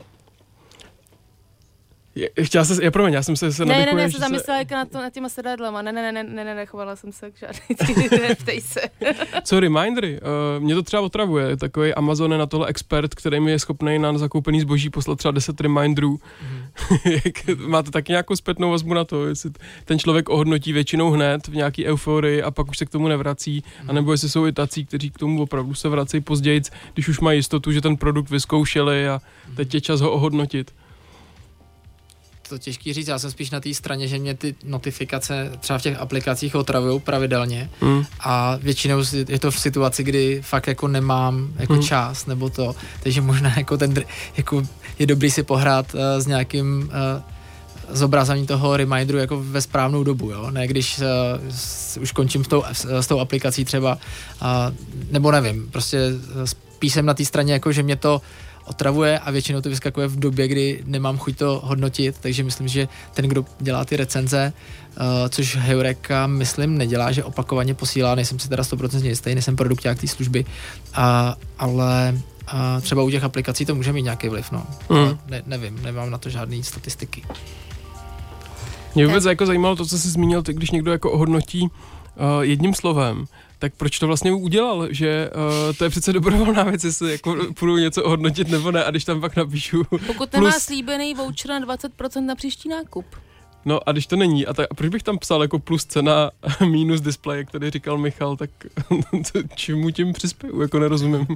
Je, chtěla se, já promiň, já jsem se, se Ne, nadechuje, ne, ne, já se se... zamyslela jako na, to, na těma sedadlama, ne, ne, ne, ne, ne, ne, nechovala jsem se k žádný, neptej se. Co remindery? Uh, mě to třeba otravuje, takový Amazon je na tohle expert, který mi je schopný na zakoupený zboží poslat třeba deset reminderů. Mm. Máte taky nějakou zpětnou vazbu na to, jestli ten člověk ohodnotí většinou hned v nějaký euforii a pak už se k tomu nevrací, mm. anebo jestli jsou i tací, kteří k tomu opravdu se vracejí později, když už mají jistotu, že ten produkt vyzkoušeli a teď je čas ho ohodnotit. To těžký říct, já jsem spíš na té straně, že mě ty notifikace třeba v těch aplikacích otravují pravidelně mm. a většinou je to v situaci, kdy fakt jako nemám jako mm. čas nebo to, takže možná jako ten, jako je dobrý si pohrát uh, s nějakým uh, zobrazení toho reminderu jako ve správnou dobu, jo, ne když uh, s, už končím s tou, s, s tou aplikací třeba, uh, nebo nevím, prostě spíš jsem na té straně jako, že mě to otravuje a většinou to vyskakuje v době, kdy nemám chuť to hodnotit, takže myslím, že ten, kdo dělá ty recenze, uh, což Heureka, myslím, nedělá, že opakovaně posílá, nejsem si teda sto procent jistý, nejsem produkták té služby, uh, ale uh, třeba u těch aplikací to může mít nějaký vliv, no. Mm. Ne, nevím, nemám na to žádný statistiky. Mě vůbec jako zajímalo to, co jsi zmínil, ty, když někdo jako ohodnotí uh, jedním slovem, tak proč to vlastně udělal, že uh, to je přece dobrovolná věc, jestli jako půjdu něco ohodnotit nebo ne, a když tam pak napíšu pokud plus... nemá slíbený voucher na dvacet procent na příští nákup. No a když to není, a, tak, a proč bych tam psal jako plus cena minus display, jak tady říkal Michal, tak čemu tím přispěju, jako nerozumím.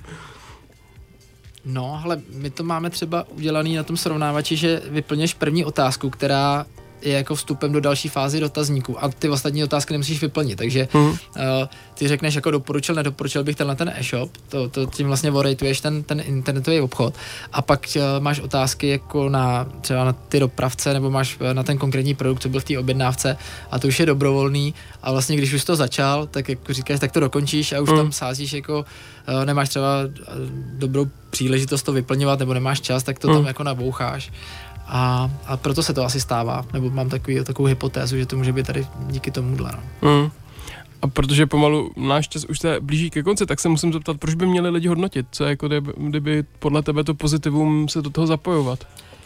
No, ale my to máme třeba udělaný na tom srovnávači, že vyplněš první otázku, která je jako vstupem do další fázy dotazníku a ty ostatní otázky nemusíš vyplnit, takže mm. uh, ty řekneš jako doporučil, nedoporučil bych tenhle ten e-shop, to, to tím vlastně orejtuješ ten, ten internetový obchod a pak uh, máš otázky jako na třeba na ty dopravce nebo máš na ten konkrétní produkt, co byl v té objednávce a to už je dobrovolný a vlastně když už to začal, tak jako říkáš, tak to dokončíš a už mm. tam sázíš jako uh, nemáš třeba dobrou příležitost to vyplňovat nebo nemáš čas, tak to mm. tam jako naboucháš. A, a proto se to asi stává, nebo mám takový, takovou hypotézu, že to může být tady díky tomuhle. No. Mm. A protože pomalu náš čas už se blíží ke konci, tak se musím zeptat, proč by měli lidi hodnotit? Co je jako, kdyby, kdyby podle tebe to pozitivum se do toho zapojovat?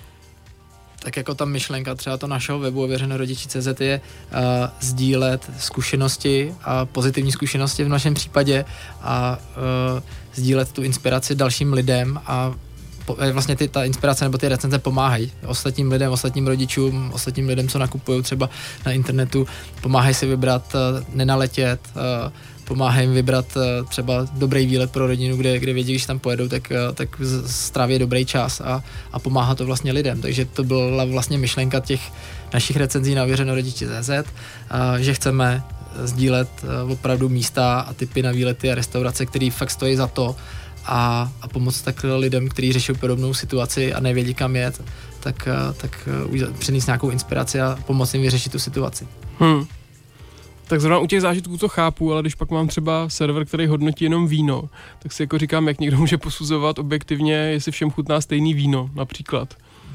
Tak jako ta myšlenka třeba to našeho webu ověřenorodiči tečka cé zet je uh, sdílet zkušenosti a pozitivní zkušenosti v našem případě a uh, sdílet tu inspiraci dalším lidem a vlastně ty, ta inspirace nebo ty recenze pomáhají ostatním lidem, ostatním rodičům, ostatním lidem, co nakupují třeba na internetu, pomáhají si vybrat, nenaletět, pomáhají jim vybrat třeba dobrý výlet pro rodinu, kde, kde vědí, když tam pojedou, tak, tak stráví dobrý čas a, a pomáhá to vlastně lidem. Takže to byla vlastně myšlenka těch našich recenzí na ověřenorodiči tečka cé zet, že chceme sdílet opravdu místa a typy na výlety a restaurace, které fakt stojí za to, A, a pomoct tak lidem, kteří řeší podobnou situaci a nevědí, kam jet, tak, tak přinést nějakou inspiraci a pomoct jim vyřešit tu situaci. Hmm. Tak zrovna u těch zážitků to chápu, ale když pak mám třeba server, který hodnotí jenom víno, tak si jako říkám, jak někdo může posuzovat objektivně, jestli všem chutná stejný víno, například.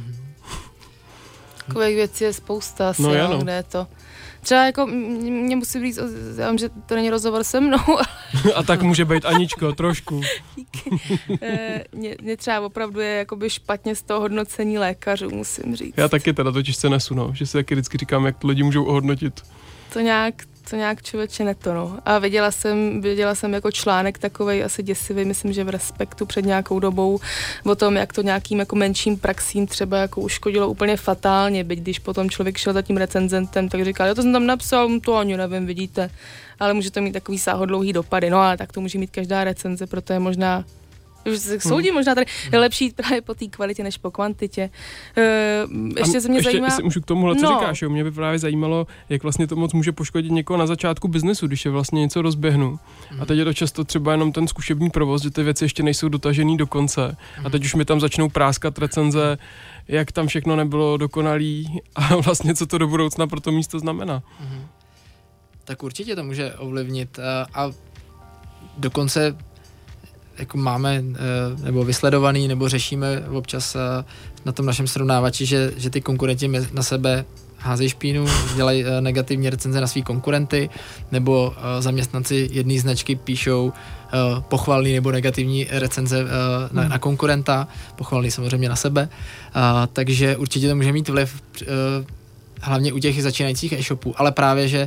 Takových věcí je spousta asi, no, no, kde je to. Třeba jako mě musí říct, já vím, že to není rozhovor se mnou. A tak může být Aničko, trošku. mě, mě třeba opravdu je jakoby špatně z toho hodnocení lékařů, musím říct. Já taky teda totiž se nesu, no, že si taky vždycky říkám, jak to lidi můžou ohodnotit. To nějak, to nějak člověče neto, no. A viděla jsem, viděla jsem jako článek takovej asi děsivý, myslím, že v Respektu před nějakou dobou o tom, jak to nějakým jako menším praxím třeba jako uškodilo úplně fatálně, byť když potom člověk šel za tím recenzentem, tak říkal, jo, to jsem tam napsal, to ani nevím, vidíte, ale může to mít takový sáhodlouhý dopady, no ale tak to může mít každá recenze, proto je možná Už se soudím, možná tady je lepší jít právě po té kvalitě než po kvantitě. Uh, ještě se mě ještě, zajímá... Ještě můžu k tomuhle, co no. říkáš, jo? Mě by právě zajímalo, jak vlastně to moc může poškodit někoho na začátku biznesu, když je vlastně něco rozběhnu. Mm. A teď je to často třeba jenom ten zkušební provoz, že ty věci ještě nejsou dotažený do konce. Mm. A teď už mi tam začnou práskat recenze, jak tam všechno nebylo dokonalý a vlastně co to do budoucna pro to místo znamená. Mm. Tak určitě to může ovlivnit a, a dokonce jako máme nebo vysledovaný, nebo řešíme občas na tom našem srovnávači, že, že ty konkurenti na sebe házejí špínu, dělají negativní recenze na svý konkurenty, nebo zaměstnanci jedné značky píšou pochvalný nebo negativní recenze na, na konkurenta, pochvalný samozřejmě na sebe. Takže určitě to může mít vliv hlavně u těch začínajících e-shopů, ale právě, že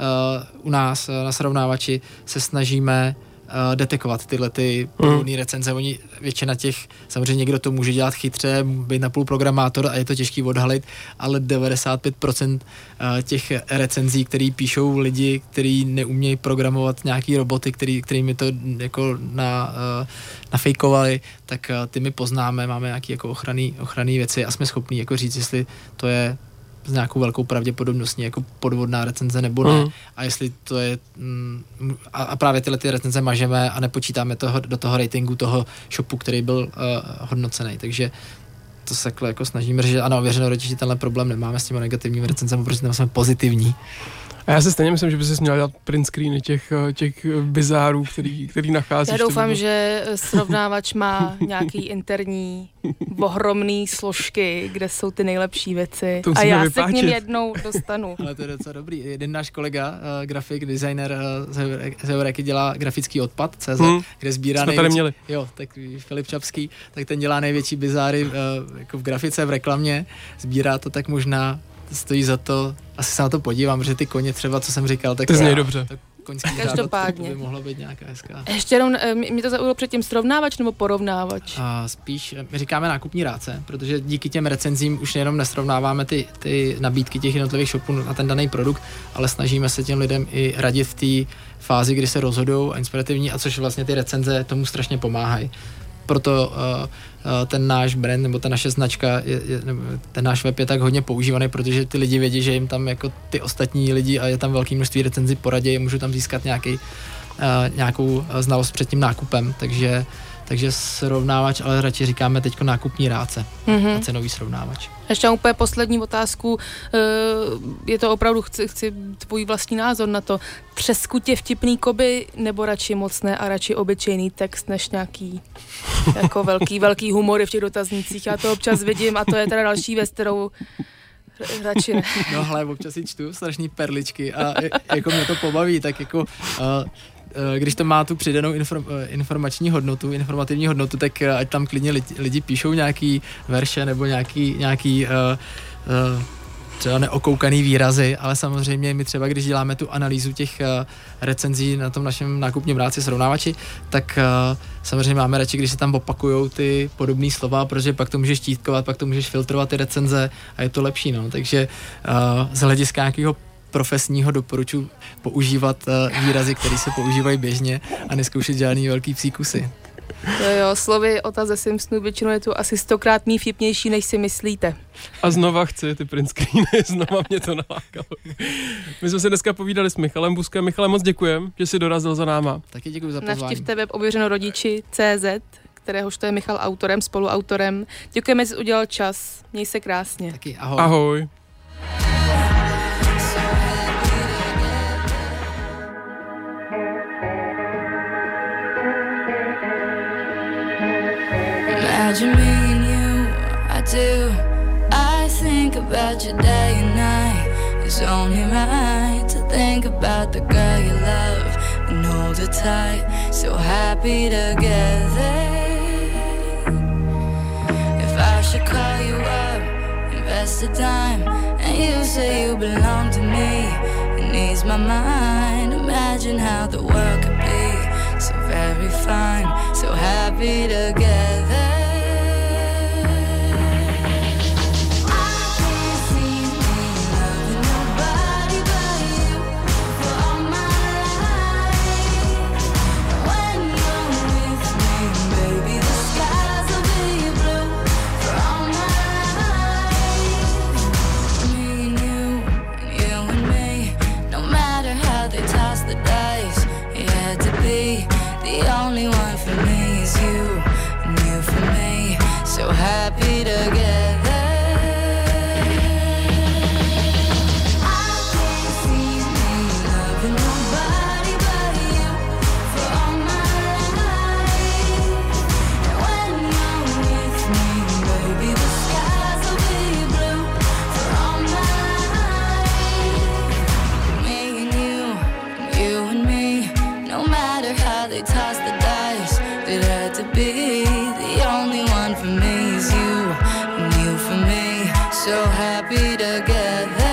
u nás na srovnávači se snažíme detekovat tyhle ty podvodné mm. recenze. Oni, většina těch, samozřejmě někdo to může dělat chytře, být napůl programátor a je to těžký odhalit, ale devadesát pět procent těch recenzí, který píšou lidi, kteří neumějí programovat nějaký roboty, který, kterými to jako na, nafejkovali, tak ty my poznáme, máme nějaké jako ochranné ochranný věci a jsme schopní jako říct, jestli to je s nějakou velkou pravděpodobností jako podvodná recenze nebo ne. Mm. A jestli to je mm, a, a právě tyhle ty recenze mažeme a nepočítáme toho, do toho ratingu toho shopu, který byl uh, hodnocený. Takže to se jako snažíme řešit. Ano, věřeno rodiči tenhle problém nemáme s těmi negativními recenzemi, protože tam jsme pozitivní. A já se stejně myslím, že by si měl dělat print screeny těch, těch bizárů, který, který nacházíš. Já doufám, by... že srovnávač má nějaký interní ohromný složky, kde jsou ty nejlepší věci. A já vypáčet. se k ním jednou dostanu. Ale to je docela dobrý. Jeden náš kolega, uh, grafik, designer uh, z Eureky, dělá grafický odpad C Z, hmm. kde sbírá Jsme největší... tady měli. Jo, tak Filip Čapský, tak ten dělá největší bizáry uh, jako v grafice, v reklamě. Sbírá to, tak možná stojí za to, asi se na to podívám, protože ty koně třeba, co jsem říkal, tak to zní dobře. Tak koňský Každopádně. by mohlo být nějaká hezká. Ještě jenom, mě to zaujalo předtím srovnávač nebo porovnávač? A spíš, my říkáme nákupní rádce, protože díky těm recenzím už nejenom nesrovnáváme ty, ty nabídky těch jednotlivých shopů na ten daný produkt, ale snažíme se těm lidem i radit v té fázi, kdy se rozhodují a inspirativní, a což vlastně ty recenze tomu strašně pomáhají. Proto uh, uh, ten náš brand nebo ta naše značka, je, je, ten náš web je tak hodně používaný, protože ty lidi vědí, že jim tam jako ty ostatní lidi a je tam velké množství recenzí poradí a můžou tam získat nějaký, uh, nějakou znalost před tím nákupem, takže, takže srovnávač, ale radši říkáme teďko nákupní rádce mm-hmm. a cenový srovnávač. Ještě úplně poslední otázku, je to opravdu, chci, chci tvůj vlastní názor na to, třeskutě vtipný koby, nebo radši mocné a radši obyčejný text, než nějaký jako velký, velký humory v těch dotaznících, já to občas vidím a to je teda další věc, kterou radši ne. No hele, občas si čtu strašný perličky a jako mě to pobaví, tak jako... Uh, když to má tu přidanou inform, informační hodnotu, informativní hodnotu, tak ať tam klidně lidi, lidi píšou nějaký verše nebo nějaký, nějaký uh, uh, třeba neokoukaný výrazy, ale samozřejmě my třeba, když děláme tu analýzu těch uh, recenzí na tom našem nákupním rádci srovnávači, tak uh, samozřejmě máme radši, když se tam opakujou ty podobné slova, protože pak to můžeš títkovat, pak to můžeš filtrovat ty recenze a je to lepší, no. Takže uh, z hlediska nějakého profesního doporučuji používat uh, výrazy, které se používají běžně a neskoušet žádný velký psí kusy. Jo, jo, slovy Ota ze Simpsonů většinou je tu asi stokrát mý vtipnější, než si myslíte. A znova chci ty print screeny, znova mě to nalákalo. My jsme se dneska povídali s Michalem Buskem. Michale, moc děkujem, že jsi dorazil za náma. Taky děkuji za pozvání. Navštivte web ověřeno rodiči tečka cé zet, kteréhož to je Michal autorem, spoluautorem. Děkujeme, že jsi udělal čas. Měj se krásně. Taky ahoj. Ahoj. Imagine me and you, I do. I think about you day and night. It's only right to think about the girl you love and hold her tight. So happy together. If I should call you up, invest the time, and you say you belong to me, it needs my mind. Imagine how the world could be so very fine, so happy together. Baby, happy together.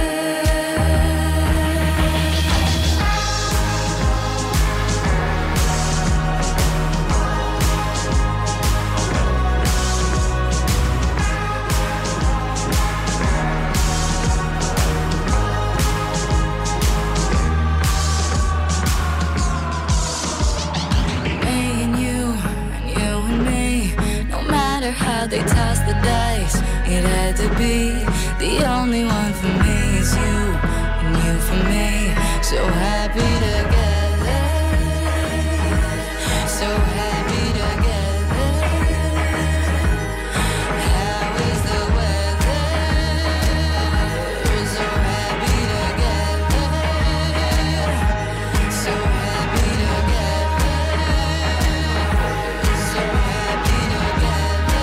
How they toss the dice, it had to be. The only one for me is you, and you for me. So happy together, so happy together. How is the weather? So happy together, so happy together, so happy together.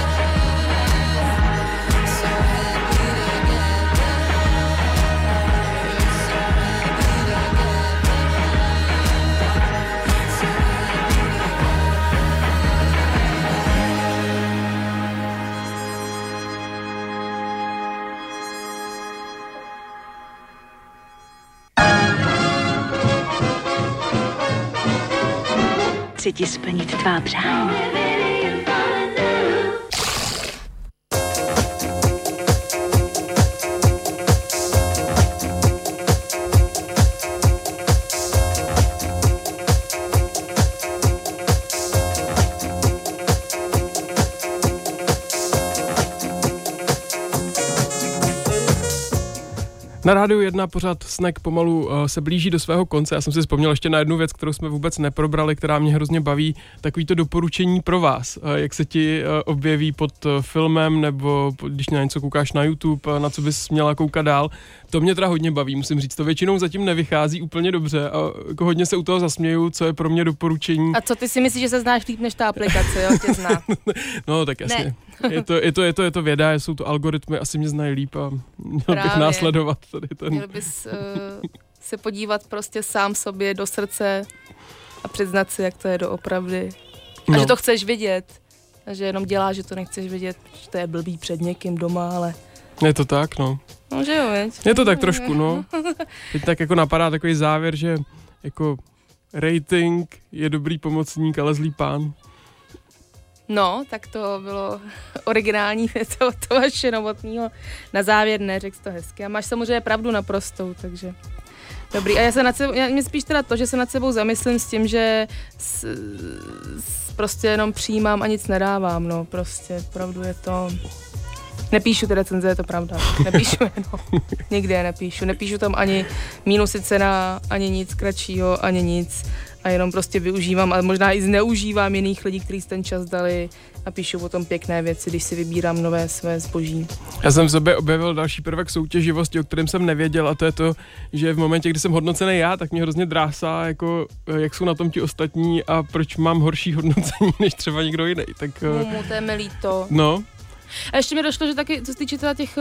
Chci ti splnit tvá přání. Na Rádiu jedna pořád Snack pomalu uh, se blíží do svého konce. Já jsem si vzpomněl ještě na jednu věc, kterou jsme vůbec neprobrali, která mě hrozně baví. Takový to doporučení pro vás. Uh, jak se ti uh, objeví pod uh, filmem, nebo pod, když na něco koukáš na YouTube, uh, na co bys měla koukat dál. To mě teda hodně baví, musím říct. To většinou zatím nevychází úplně dobře a jako hodně se u toho zasměju, co je pro mě doporučení. A co ty si myslíš, že se znáš líp než ta aplikace, jo? Tě zná. No tak jasně. Je to, je, to, je, to, je to věda, jsou to algoritmy, asi mě znají líp a měl Právě. bych následovat tady ten. Měl bys uh, se podívat prostě sám sobě do srdce a přiznat si, jak to je doopravdy. A no. že to chceš vidět. A že jenom děláš, že to nechceš vidět, že to je blbý před někým doma, ale... Je to tak, no. No, že jo, veď. Je to tak trošku, no. Teď tak jako napadá takový závěr, že jako rating je dobrý pomocník, ale zlý pán. No, tak to bylo originální věc od toho vaše Novotného. Na závěr ne, řekl jsi to hezky. A máš samozřejmě pravdu naprostou, takže dobrý. A já se nad sebou, já, mě spíš teda to, že se nad sebou zamyslím s tím, že s, s, prostě jenom přijímám a nic nedávám, no, prostě, pravdu je to... Nepíšu ty recenze, je to pravda. Nepíšu je, no. Nikdy je nepíšu. Nepíšu tam ani mínusy cena, ani nic kratšího, ani nic. A jenom prostě využívám, ale možná i zneužívám jiných lidí, kteří ten čas dali a píšu o tom pěkné věci, když si vybírám nové své zboží. Já jsem v sobě objevil další prvek soutěživosti, o kterém jsem nevěděl, a to je to, že v momentě, kdy jsem hodnocený já, tak mě hrozně drásá, jako jak jsou na tom ti ostatní a proč mám horší hodnocení než třeba někdo jiný. Tak, Mumu, to je mi líto. No. A ještě mi došlo, že taky, co se týče teda těch uh,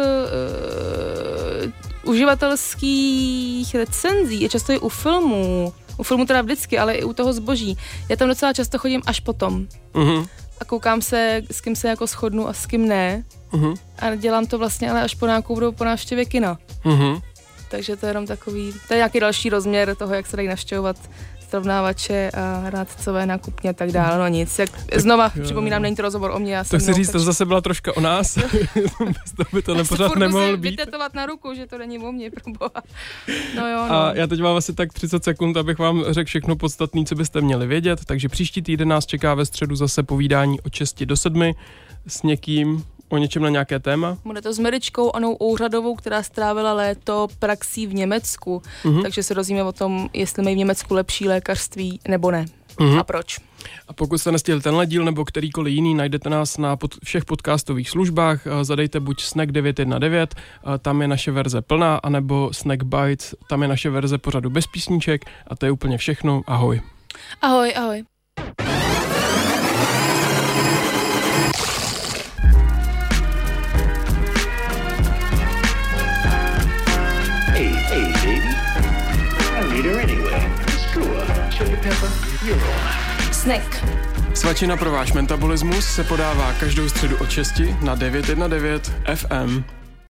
uh, uživatelských recenzí, je často i u filmů, u filmu teda vždycky, ale i u toho zboží. Já tam docela často chodím až potom. Uh-huh. A koukám se, s kým se jako shodnu a s kým ne. Uh-huh. A dělám to vlastně ale až po nějakou dobu po návštěvě kina. Uh-huh. Takže to je jenom takový, to je nějaký další rozměr toho, jak se dají navštěvovat srovnávače a rádcové nákupně a tak dále, no nic. Jak, znova jo. Připomínám, není to rozhovor o mě, já jsem... To chci říct, to zase byla troška o nás, bez toho by to nepořád nemohl být. Vytetovat na ruku, že to není o mě, proboha. No jo, no. A já teď mám asi tak třicet sekund, abych vám řekl všechno podstatné, co byste měli vědět, takže příští týden nás čeká ve středu zase povídání od šesti do sedmi s někým, o něčem na nějaké téma? Bude to s Meričkou Anou Ouřadovou, která strávila léto praxí v Německu, uh-huh. takže se dozvíme o tom, jestli mají v Německu lepší lékařství nebo ne. Uh-huh. A proč. A pokud jste nestihli tenhle díl nebo kterýkoliv jiný, najdete nás na pod, všech podcastových službách, zadejte buď Snack devět jedna devět, tam je naše verze plná, anebo Snack Bites, tam je naše verze pořadu bez písniček a to je úplně všechno. Ahoj. Ahoj, ahoj. Snack. Svačina pro váš metabolismus se podává každou středu od šesti na devět jedna devět F M.